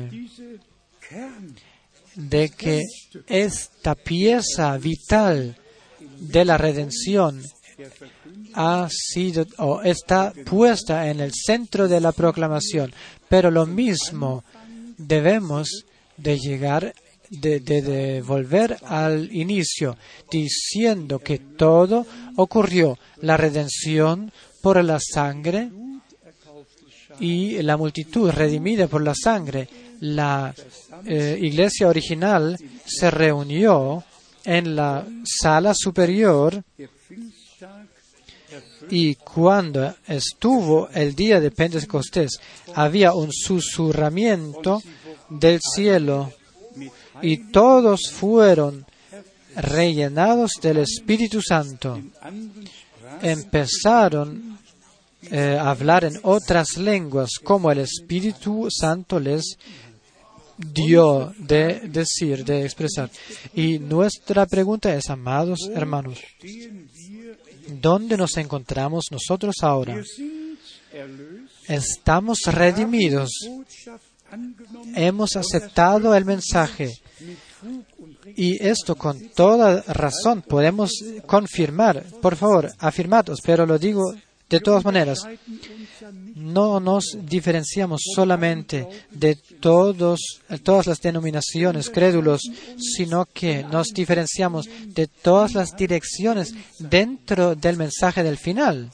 que esta pieza vital de la redención ha sido o está puesta en el centro de la proclamación. Pero lo mismo debemos de llegar, de volver al inicio, diciendo que todo ocurrió, la redención por la sangre y la multitud redimida por la sangre. La iglesia original se reunió en la sala superior, y cuando estuvo el día de Pentecostés, había un susurramiento del cielo y todos fueron rellenados del Espíritu Santo. Empezaron a hablar en otras lenguas, como el Espíritu Santo les dio de decir, de expresar. Y nuestra pregunta es, amados hermanos, ¿dónde nos encontramos nosotros ahora? Estamos redimidos. Hemos aceptado el mensaje. Y esto con toda razón podemos confirmar. Por favor, afirmados, pero lo digo de todas maneras. No nos diferenciamos solamente de todas las denominaciones, crédulos, sino que nos diferenciamos de todas las direcciones dentro del mensaje del final.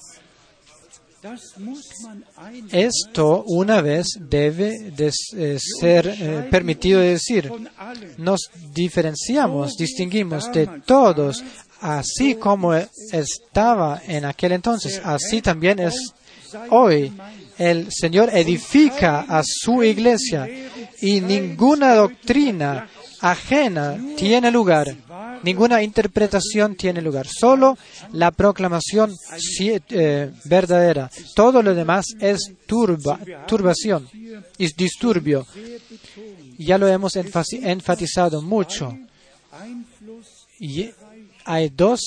Esto una vez debe de ser permitido de decir. Nos diferenciamos, distinguimos de todos, así como estaba en aquel entonces, así también es hoy. El Señor edifica a su iglesia y ninguna doctrina ajena tiene lugar, ninguna interpretación tiene lugar, solo la proclamación verdadera. Todo lo demás es turbación y disturbio. Ya lo hemos enfatizado mucho. Y hay dos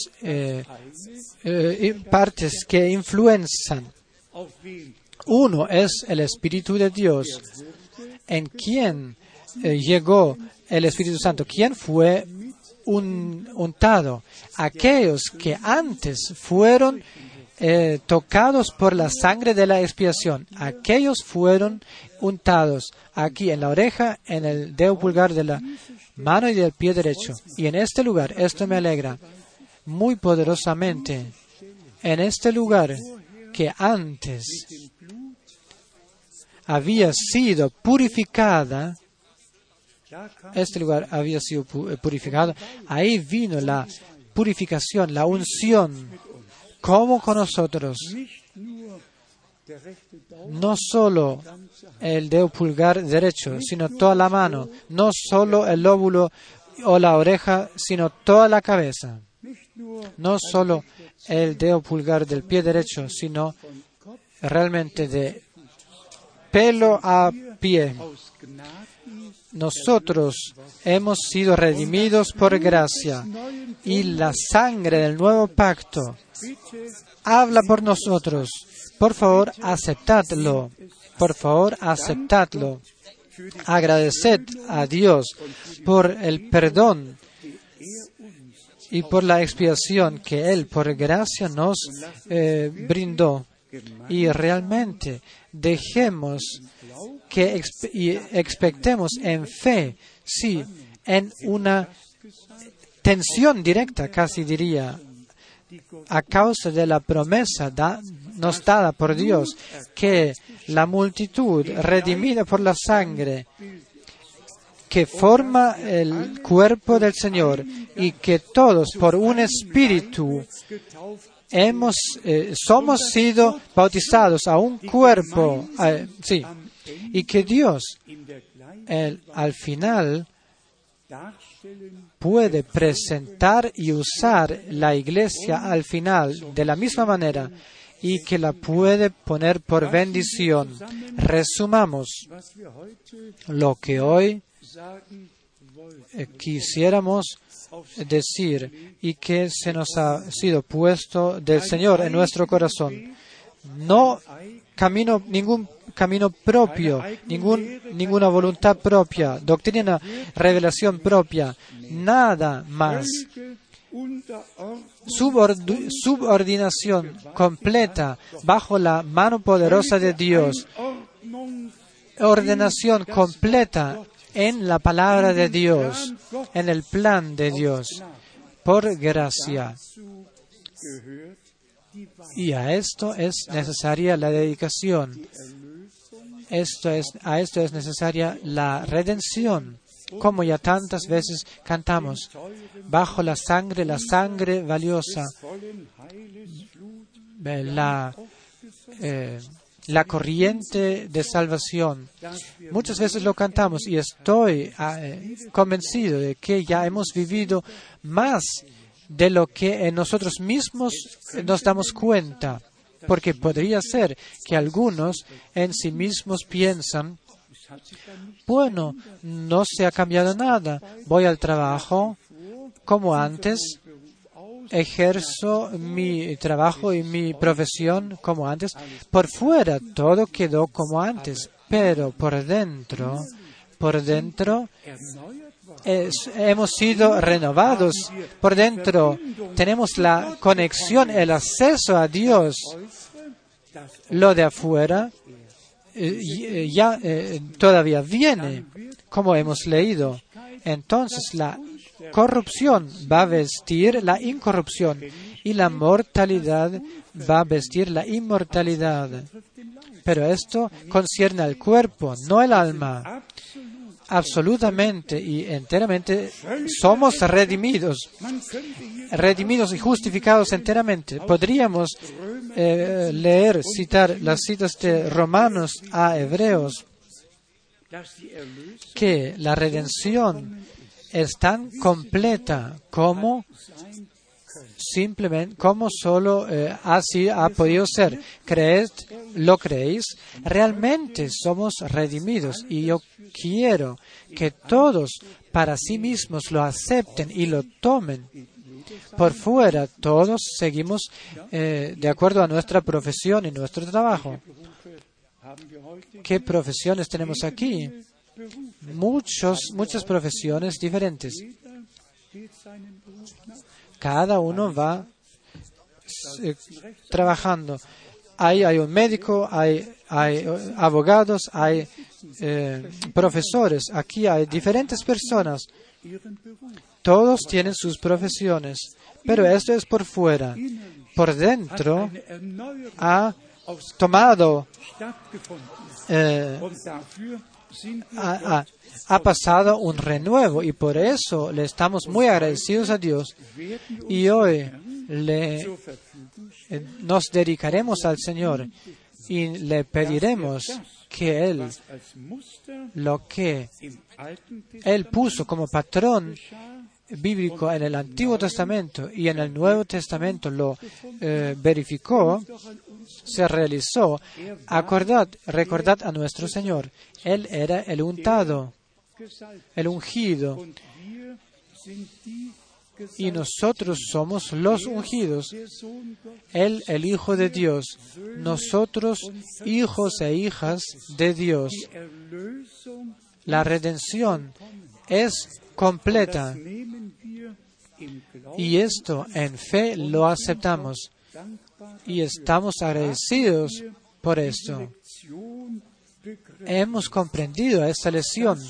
partes que influencian. Uno es el Espíritu de Dios, en quien llegó el Espíritu Santo. ¿Quién fue untado? Aquellos que antes fueron tocados por la sangre de la expiación. Aquellos fueron untados aquí en la oreja, en el dedo pulgar de la mano y del pie derecho. Y en este lugar, esto me alegra muy poderosamente, en este lugar que antes había sido purificada, este lugar había sido purificado, ahí vino la purificación, la unción, como con nosotros. No solo el dedo pulgar derecho, sino toda la mano, no solo el lóbulo o la oreja, sino toda la cabeza. No solo el dedo pulgar del pie derecho, sino realmente de pelo a pie. Nosotros hemos sido redimidos por gracia y la sangre del nuevo pacto habla por nosotros. Por favor, aceptadlo. Por favor, aceptadlo. Agradeced a Dios por el perdón y por la expiación que Él, por gracia, nos brindó. Y realmente dejemos que expectemos en fe, sí, en una tensión directa, casi diría, a causa de la promesa nos dada por Dios, que la multitud redimida por la sangre, que forma el cuerpo del Señor, y que todos por un espíritu somos sido bautizados a un cuerpo, sí, y que Dios al final puede presentar y usar la iglesia al final de la misma manera, y que la puede poner por bendición. Resumamos lo que hoy quisiéramos decir y que se nos ha sido puesto del Señor en nuestro corazón. No ningún camino propio, ninguna voluntad propia, doctrina, revelación propia, nada más. Subordinación completa bajo la mano poderosa de Dios. Ordenación completa en la palabra de Dios, en el plan de Dios, por gracia. Y a esto es necesaria la dedicación. A esto es necesaria la redención. Como ya tantas veces cantamos, bajo la sangre valiosa, la corriente de salvación. Muchas veces lo cantamos y estoy convencido de que ya hemos vivido más de lo que en nosotros mismos nos damos cuenta, porque podría ser que algunos en sí mismos piensan, bueno, no se ha cambiado nada, voy al trabajo como antes, ejerzo mi trabajo y mi profesión como antes, por fuera todo quedó como antes, pero por dentro hemos sido renovados, por dentro tenemos la conexión, el acceso a Dios. Lo de afuera todavía viene, como hemos leído. Entonces la corrupción va a vestir la incorrupción y la mortalidad va a vestir la inmortalidad. Pero esto concierne al cuerpo, no al alma. Absolutamente y enteramente somos redimidos y justificados enteramente. Podríamos citar las citas de Romanos a Hebreos, que la redención es tan completa como solo así ha podido ser. ¿Lo creéis? Realmente somos redimidos y yo quiero que todos para sí mismos lo acepten y lo tomen. Por fuera todos seguimos de acuerdo a nuestra profesión y nuestro trabajo. ¿Qué profesiones tenemos aquí? muchas profesiones diferentes. Cada uno va trabajando. Hay un médico, hay abogados, hay profesores. Aquí hay diferentes personas. Todos tienen sus profesiones, pero esto es por fuera. Por dentro ha tomado, ha pasado un renuevo, y por eso le estamos muy agradecidos a Dios. Y hoy nos dedicaremos al Señor y le pediremos que Él, lo que Él puso como patrón bíblico en el Antiguo Testamento y en el Nuevo Testamento lo verificó, se realizó. Recordad a nuestro Señor. Él era el untado, el ungido, y nosotros somos los ungidos. Él, el Hijo de Dios, nosotros, hijos e hijas de Dios. La redención es completa, y esto en fe lo aceptamos, y estamos agradecidos por esto. Hemos comprendido esta lección.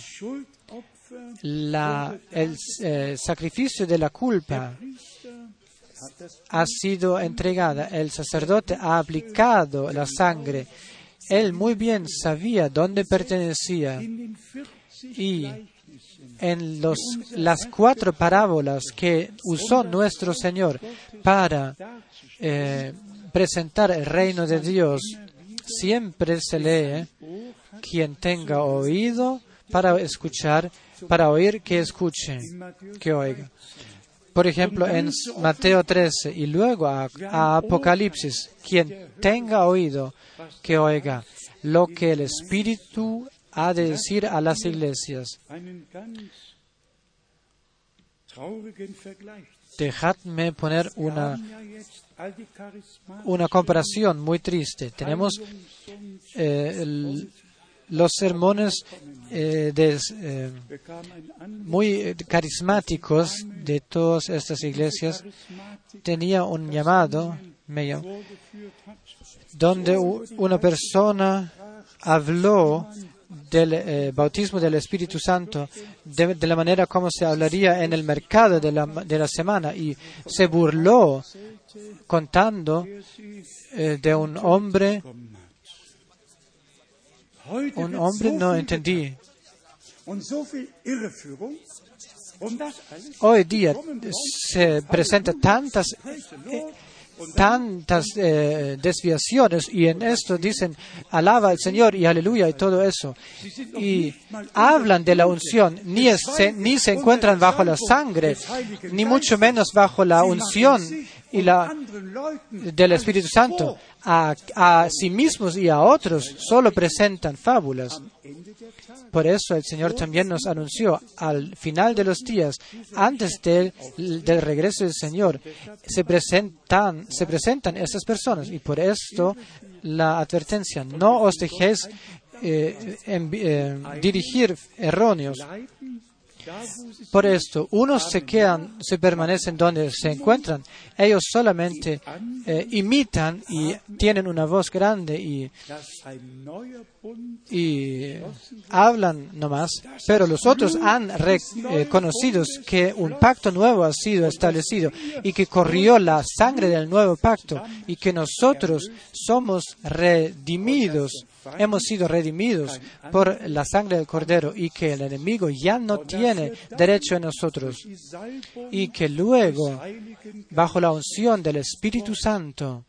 El sacrificio de la culpa ha sido entregada. El sacerdote ha aplicado la sangre. Él muy bien sabía dónde pertenecía. Y en las 4 parábolas que usó nuestro Señor para presentar el reino de Dios, siempre se lee: quien tenga oído para escuchar, para oír, que escuche, que oiga. Por ejemplo, en Mateo 13 y luego a Apocalipsis: quien tenga oído, que oiga lo que el Espíritu ha de decir a las iglesias. Dejadme poner una comparación muy triste. Tenemos los sermones muy carismáticos de todas estas iglesias. Tenía un llamado donde una persona habló del bautismo del Espíritu Santo de la manera como se hablaría en el mercado de la semana, y se burló contando de un hombre. No entendí. Hoy día se presentan tantas desviaciones, y en esto dicen alaba al Señor y aleluya y todo eso, y hablan de la unción, ni se encuentran bajo la sangre, ni mucho menos bajo la unción y del Espíritu Santo. A sí mismos y a otros solo presentan fábulas. Por eso el Señor también nos anunció: al final de los días, antes del regreso del Señor, se presentan esas personas. Y por esto la advertencia: no os dejéis dirigir erróneos. Por esto, unos se permanecen donde se encuentran. Ellos solamente imitan y tienen una voz grande y hablan nomás, pero los otros han reconocido que un pacto nuevo ha sido establecido y que corrió la sangre del nuevo pacto, y que nosotros somos redimidos. Hemos sido redimidos por la sangre del Cordero, y que el enemigo ya no tiene derecho en nosotros, y que luego, bajo la unción del Espíritu Santo,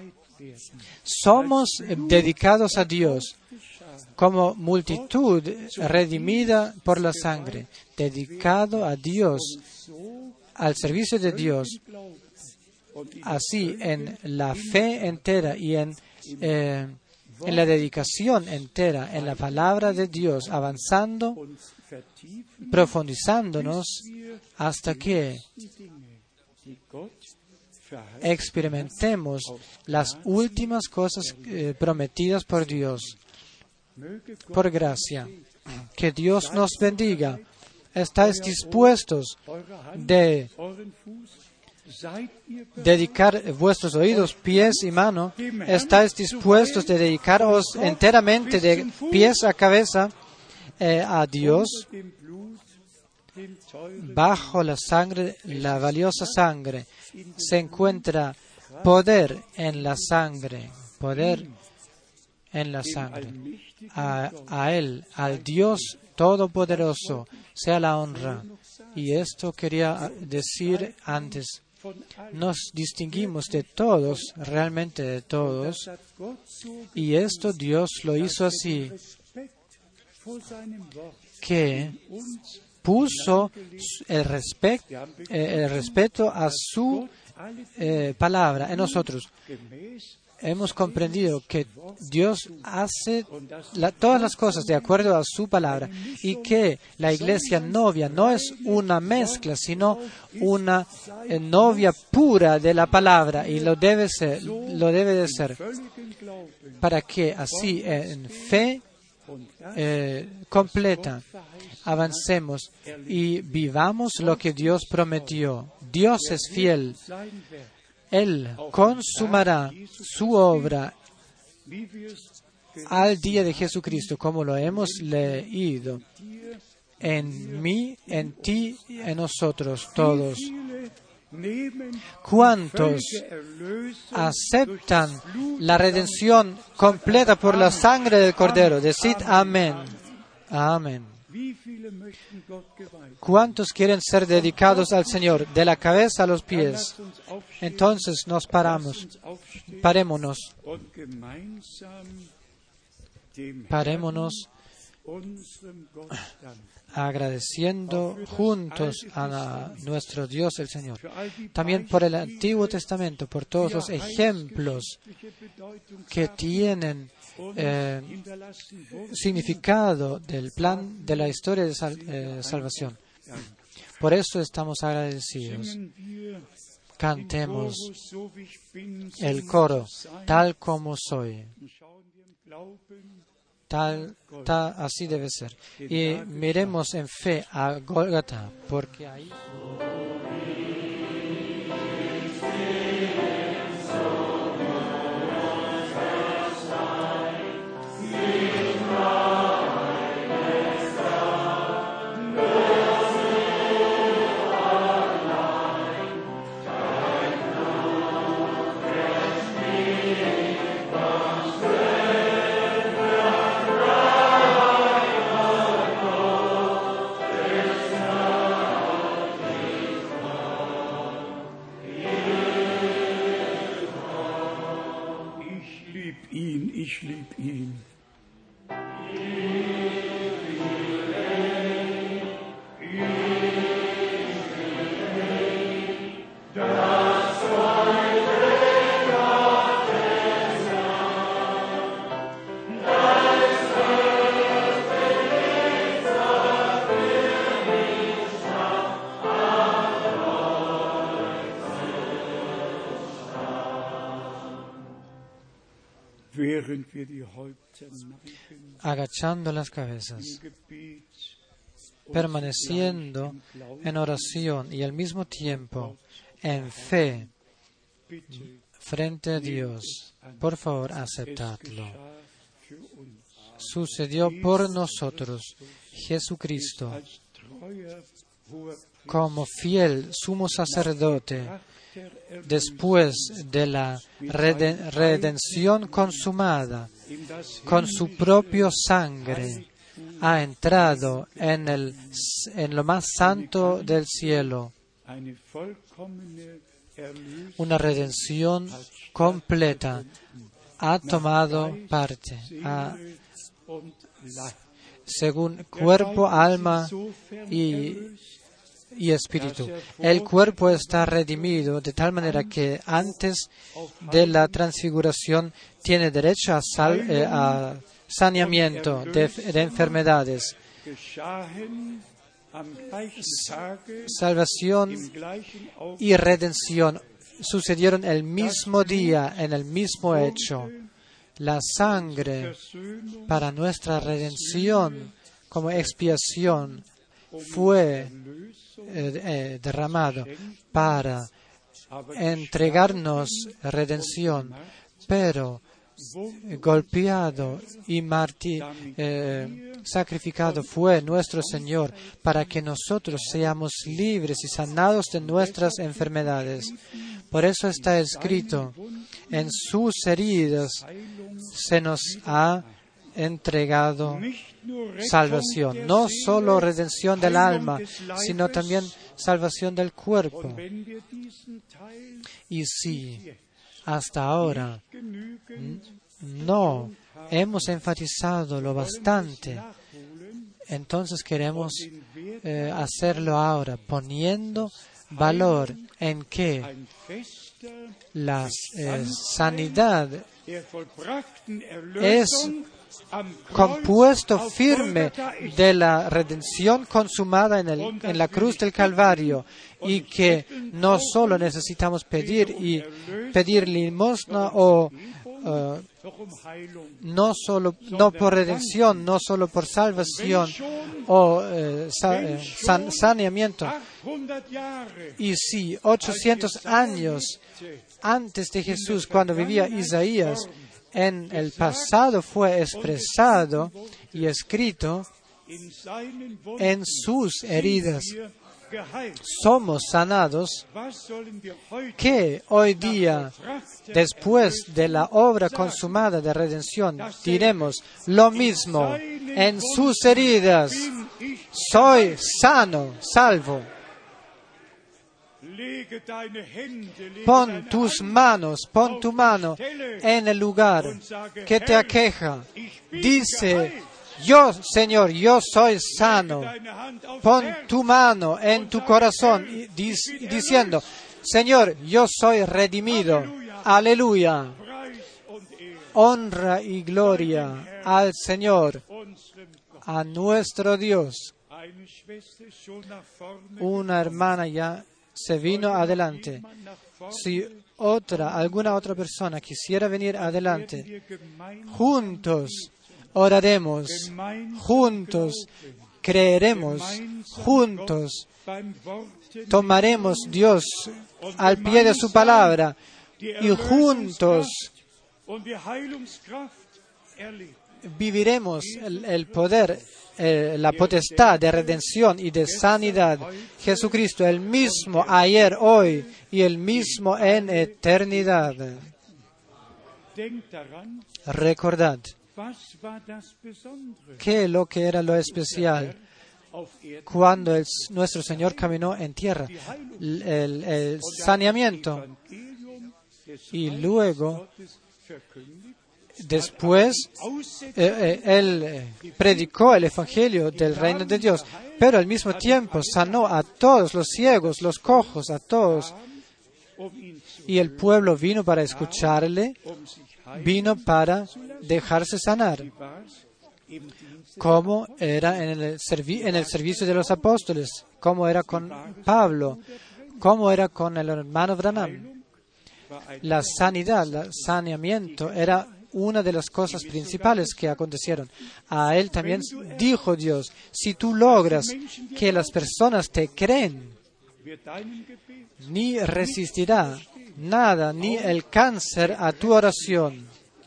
somos dedicados a Dios como multitud redimida por la sangre, dedicado a Dios, al servicio de Dios. Así, en la fe entera y en la dedicación entera en la palabra de Dios, avanzando, profundizándonos hasta que experimentemos las últimas cosas prometidas por Dios. por gracia. Que Dios nos bendiga. ¿Estáis dispuestos de dedicar vuestros oídos, pies y mano? ¿Estáis dispuestos de dedicaros enteramente de pies a cabeza a Dios? Bajo la sangre, la valiosa sangre, se encuentra poder en la sangre, poder en la sangre. A Él, al Dios Todopoderoso, sea la honra. Y esto quería decir antes. Nos distinguimos de todos, realmente de todos, y esto Dios lo hizo así, que puso el respeto a su palabra en nosotros. Hemos comprendido que Dios hace todas las cosas de acuerdo a su palabra y que la iglesia novia no es una mezcla, sino una novia pura de la palabra, y lo debe de ser, para que así en fe completa avancemos y vivamos lo que Dios prometió. Dios es fiel. Él consumará su obra al día de Jesucristo, como lo hemos leído, en mí, en ti, en nosotros todos. ¿Cuántos aceptan la redención completa por la sangre del Cordero? Decid amén. Amén. ¿Cuántos quieren ser dedicados al Señor, de la cabeza a los pies? Entonces parémonos agradeciendo juntos a nuestro Dios el Señor. También por el Antiguo Testamento, por todos los ejemplos que tienen significado del plan de la historia de salvación. Por eso estamos agradecidos. Cantemos el coro, tal como soy. Así debe ser. Y miremos en fe a Gólgota, porque ahí... Ich lieb ihn. Agachando las cabezas, permaneciendo en oración y al mismo tiempo en fe frente a Dios, por favor, aceptadlo. Sucedió por nosotros Jesucristo como fiel sumo sacerdote. Después de la redención consumada, con su propia sangre, ha entrado en lo más santo del cielo. Una redención completa. Ha tomado parte, según cuerpo, alma y espíritu. El cuerpo está redimido de tal manera que antes de la transfiguración tiene derecho a saneamiento de enfermedades. Salvación y redención sucedieron el mismo día, en el mismo hecho. La sangre para nuestra redención como expiación fue derramado para entregarnos redención, pero golpeado y sacrificado fue nuestro Señor para que nosotros seamos libres y sanados de nuestras enfermedades. Por eso está escrito, en sus heridas se nos ha entregado salvación, no solo redención del alma, sino también salvación del cuerpo. Y si hasta ahora no hemos enfatizado lo bastante, entonces queremos hacerlo ahora, poniendo valor en que la sanidad es compuesto firme de la redención consumada en la cruz del Calvario, y que no solo necesitamos pedir limosna o no por redención, no solo por salvación o saneamiento. Y si 800 años antes de Jesús, cuando vivía Isaías, en el pasado fue expresado y escrito, en sus heridas somos sanados, que hoy día, después de la obra consumada de redención, diremos lo mismo: en sus heridas soy sano, salvo. Pon tu mano en el lugar que te aqueja. Dice: yo, Señor, yo soy sano. Pon tu mano en tu corazón diciendo: Señor, yo soy redimido. Aleluya. Honra y gloria al Señor, a nuestro Dios. Una hermana ya se vino adelante. Si alguna otra persona quisiera venir adelante, juntos oraremos, juntos creeremos, juntos tomaremos Dios al pie de su palabra y juntos viviremos el poder, la potestad de redención y de sanidad. Jesucristo, el mismo ayer, hoy y el mismo en eternidad. Recordad ¿qué es lo que era lo especial cuando nuestro Señor caminó en tierra? El saneamiento. Y luego, después, Él predicó el Evangelio del Reino de Dios, pero al mismo tiempo sanó a todos los ciegos, los cojos, a todos. Y el pueblo vino para escucharle, vino para dejarse sanar, como era en el servicio de los apóstoles, como era con Pablo, como era con el hermano Branham. La sanidad, el saneamiento era una de las cosas principales que acontecieron. A él también dijo Dios: si tú logras que las personas te creen, ni resistirá nada, ni el cáncer a tu oración.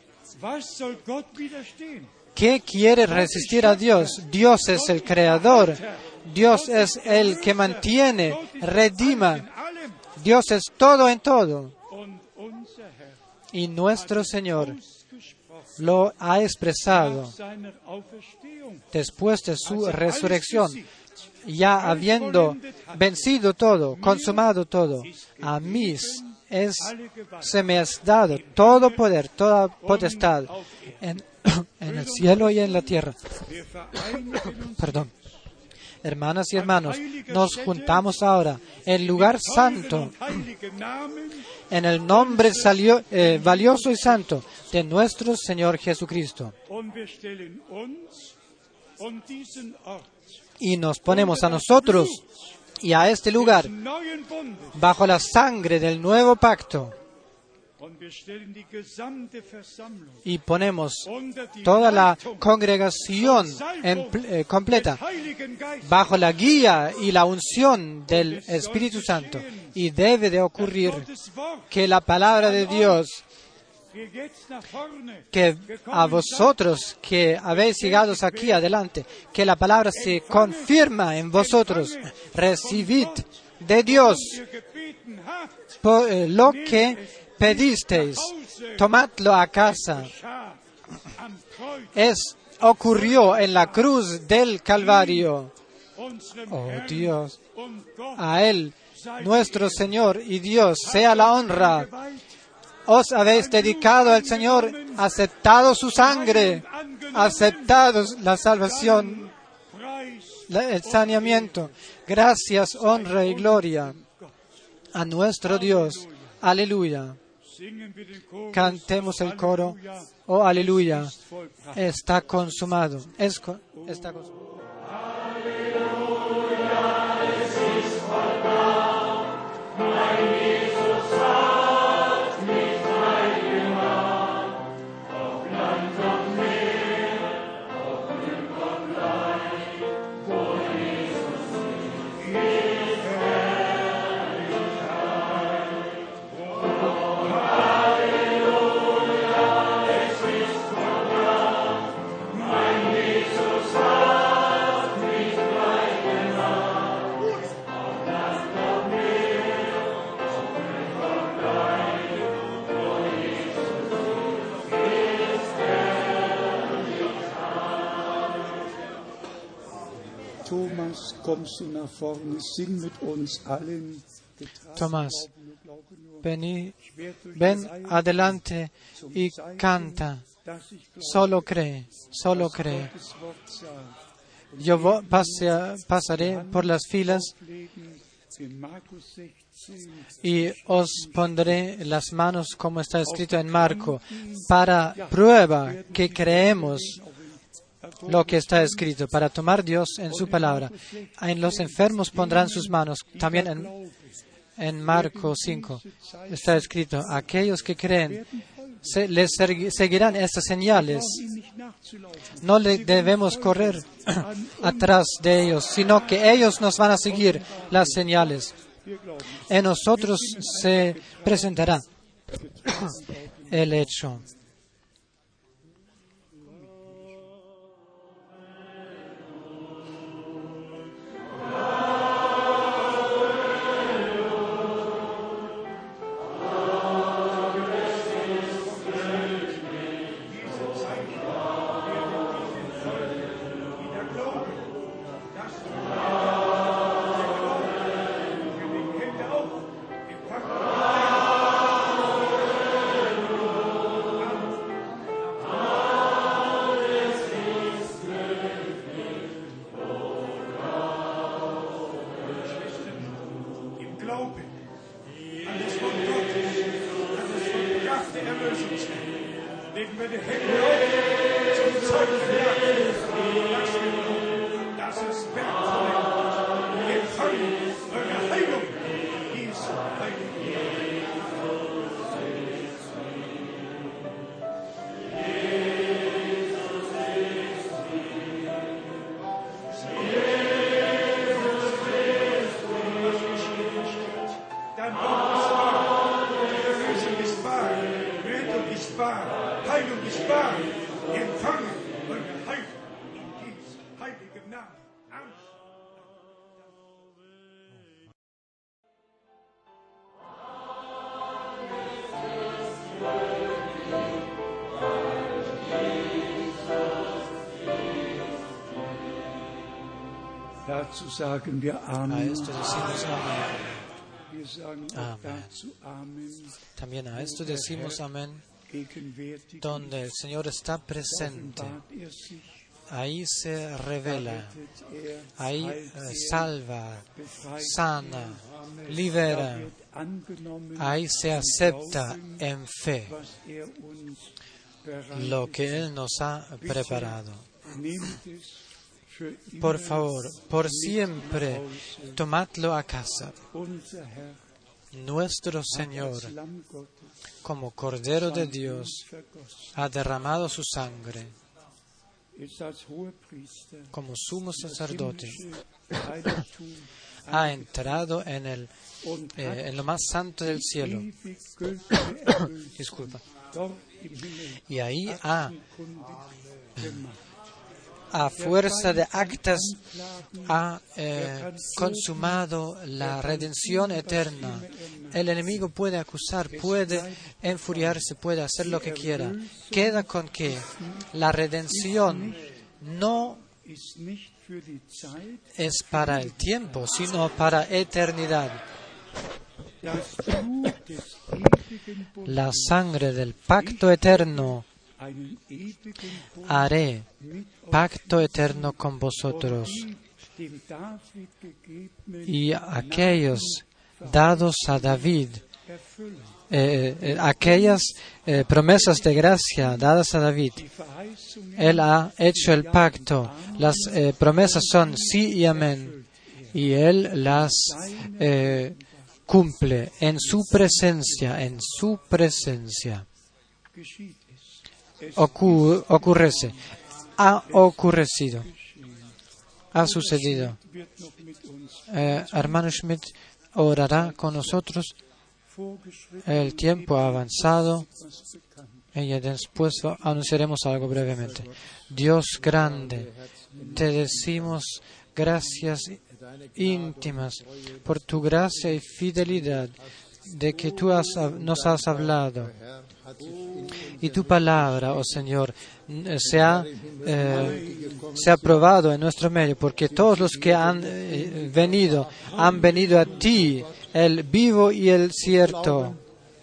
¿Qué quiere resistir a Dios? Dios es el creador. Dios es el que mantiene, redima. Dios es todo en todo. Y nuestro Señor lo ha expresado después de su resurrección, ya habiendo vencido todo, consumado todo. A mí se me ha dado todo poder, toda potestad en el cielo y en la tierra. Perdón. Hermanas y hermanos, nos juntamos ahora en el lugar santo, en el nombre valioso y santo de nuestro Señor Jesucristo. Y nos ponemos a nosotros y a este lugar bajo la sangre del nuevo pacto, y ponemos toda la congregación completa bajo la guía y la unción del Espíritu Santo. Y debe de ocurrir que la palabra de Dios, que a vosotros que habéis llegado aquí adelante, que la palabra se confirma en vosotros. Recibid de Dios por lo que pedisteis, tomadlo a casa. Ocurrió en la cruz del Calvario. Oh Dios, a Él, nuestro Señor y Dios, sea la honra. Os habéis dedicado al Señor, aceptado su sangre, aceptado la salvación, el saneamiento. Gracias, honra y gloria a nuestro Dios. Aleluya. Cantemos el coro. Oh, aleluya. Está consumado. Está consumado. Tomás, ven adelante y canta. Solo cree, solo cree. Yo pasaré por las filas y os pondré las manos como está escrito en Marco, para prueba que creemos lo que está escrito, para tomar Dios en su palabra. En los enfermos pondrán sus manos. También en Marco 5 está escrito, aquellos que creen les seguirán estas señales. No debemos correr atrás de ellos, sino que ellos nos van a seguir las señales. En nosotros se presentará el hecho. Dazu sagen wir Amen. A esto decimos amén. Wir sagen auch dazu Amen. También a esto decimos amén, donde el Señor está presente. Ahí se revela, ahí salva, sana, libera. Ahí se acepta en fe lo que Él nos ha preparado. Por favor, por siempre, tomadlo a casa. nuestro Señor, como Cordero de Dios, ha derramado su sangre como sumo sacerdote, ha entrado en lo más santo del cielo. Disculpa. Y ahí a fuerza de actas ha consumado la redención eterna. El enemigo puede acusar, puede enfuriarse, puede hacer lo que quiera. Queda con que la redención no es para el tiempo, sino para eternidad. La sangre del pacto eterno, haré pacto eterno con vosotros. Y aquellos dados a David, aquellas promesas de gracia dadas a David, él ha hecho el pacto. Las promesas son sí y amén. Y él las cumple en su presencia, Ocurrece, ha ocurrido, ha sucedido. Hermano Schmidt orará con nosotros. El tiempo ha avanzado y después anunciaremos algo brevemente. Dios grande, te decimos gracias íntimas por tu gracia y fidelidad de que tú nos has hablado. Y tu palabra, oh Señor, se ha probado en nuestro medio, porque todos los que han venido a ti, el vivo y el cierto.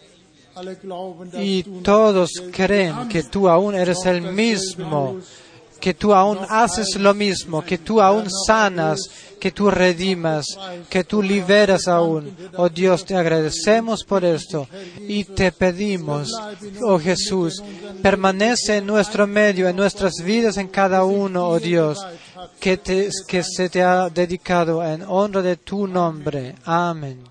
Y todos creen que tú aún eres el mismo, que tú aún haces lo mismo, que tú aún sanas, que tú redimas, que tú liberas aún. Oh Dios, te agradecemos por esto y te pedimos, oh Jesús, permanece en nuestro medio, en nuestras vidas, en cada uno, oh Dios, que se te ha dedicado en honra de tu nombre. Amén.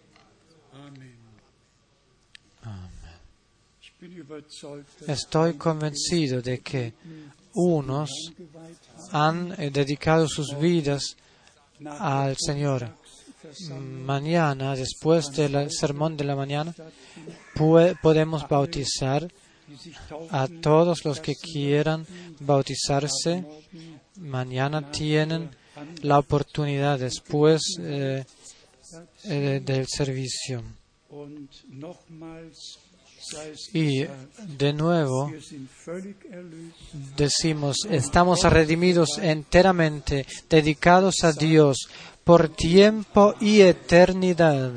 Estoy convencido de que unos han dedicado sus vidas al Señor. Mañana, después del sermón de la mañana, podemos bautizar a todos los que quieran bautizarse. Mañana tienen la oportunidad después del servicio. Y de nuevo decimos, estamos redimidos enteramente, dedicados a Dios por tiempo y eternidad.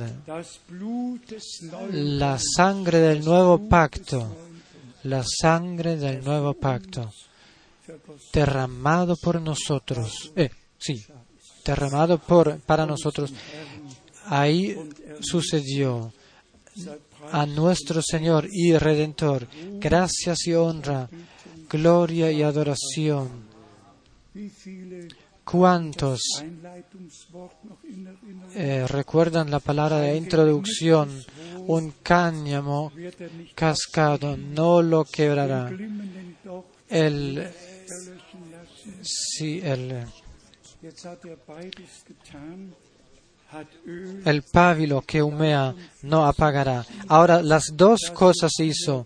La sangre del nuevo pacto, derramado por nosotros, derramado para nosotros. Ahí sucedió. A nuestro Señor y Redentor, gracias y honra, gloria y adoración. ¿Cuántos recuerdan la palabra de introducción? Un cáñamo cascado no lo quebrará. El pábilo que humea no apagará. Ahora las dos cosas hizo.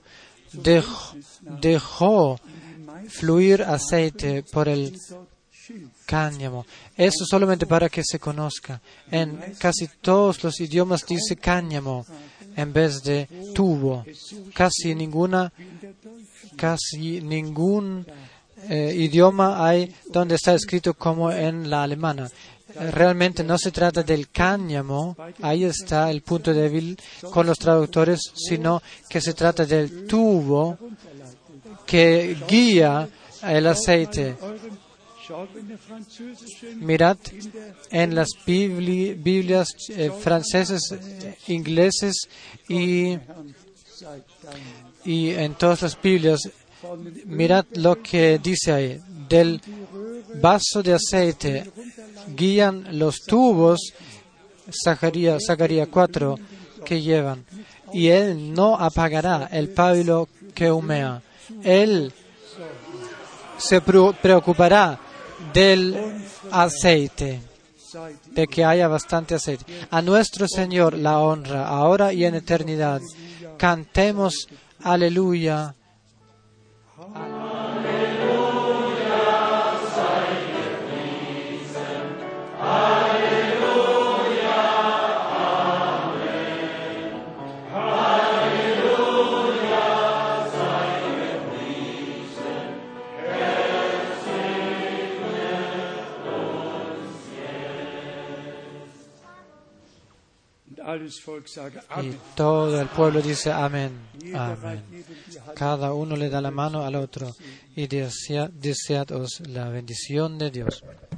Dejó fluir aceite por el cáñamo. Eso solamente para que se conozca. En casi todos los idiomas dice cáñamo en vez de tubo. Casi ningún idioma hay donde está escrito como en la alemana. Realmente no se trata del cáñamo, ahí está el punto débil con los traductores, sino que se trata del tubo que guía el aceite. Mirad en las Biblias francesas, ingleses y en todas las Biblias, mirad lo que dice ahí. Del vaso de aceite guían los tubos, Zacarías 4, que llevan, y Él no apagará el pábilo que humea. Él se preocupará del aceite, de que haya bastante aceite. A nuestro Señor la honra, ahora y en eternidad. Cantemos aleluya. Y todo el pueblo dice amén, amén. Cada uno le da la mano al otro y deseaos la bendición de Dios.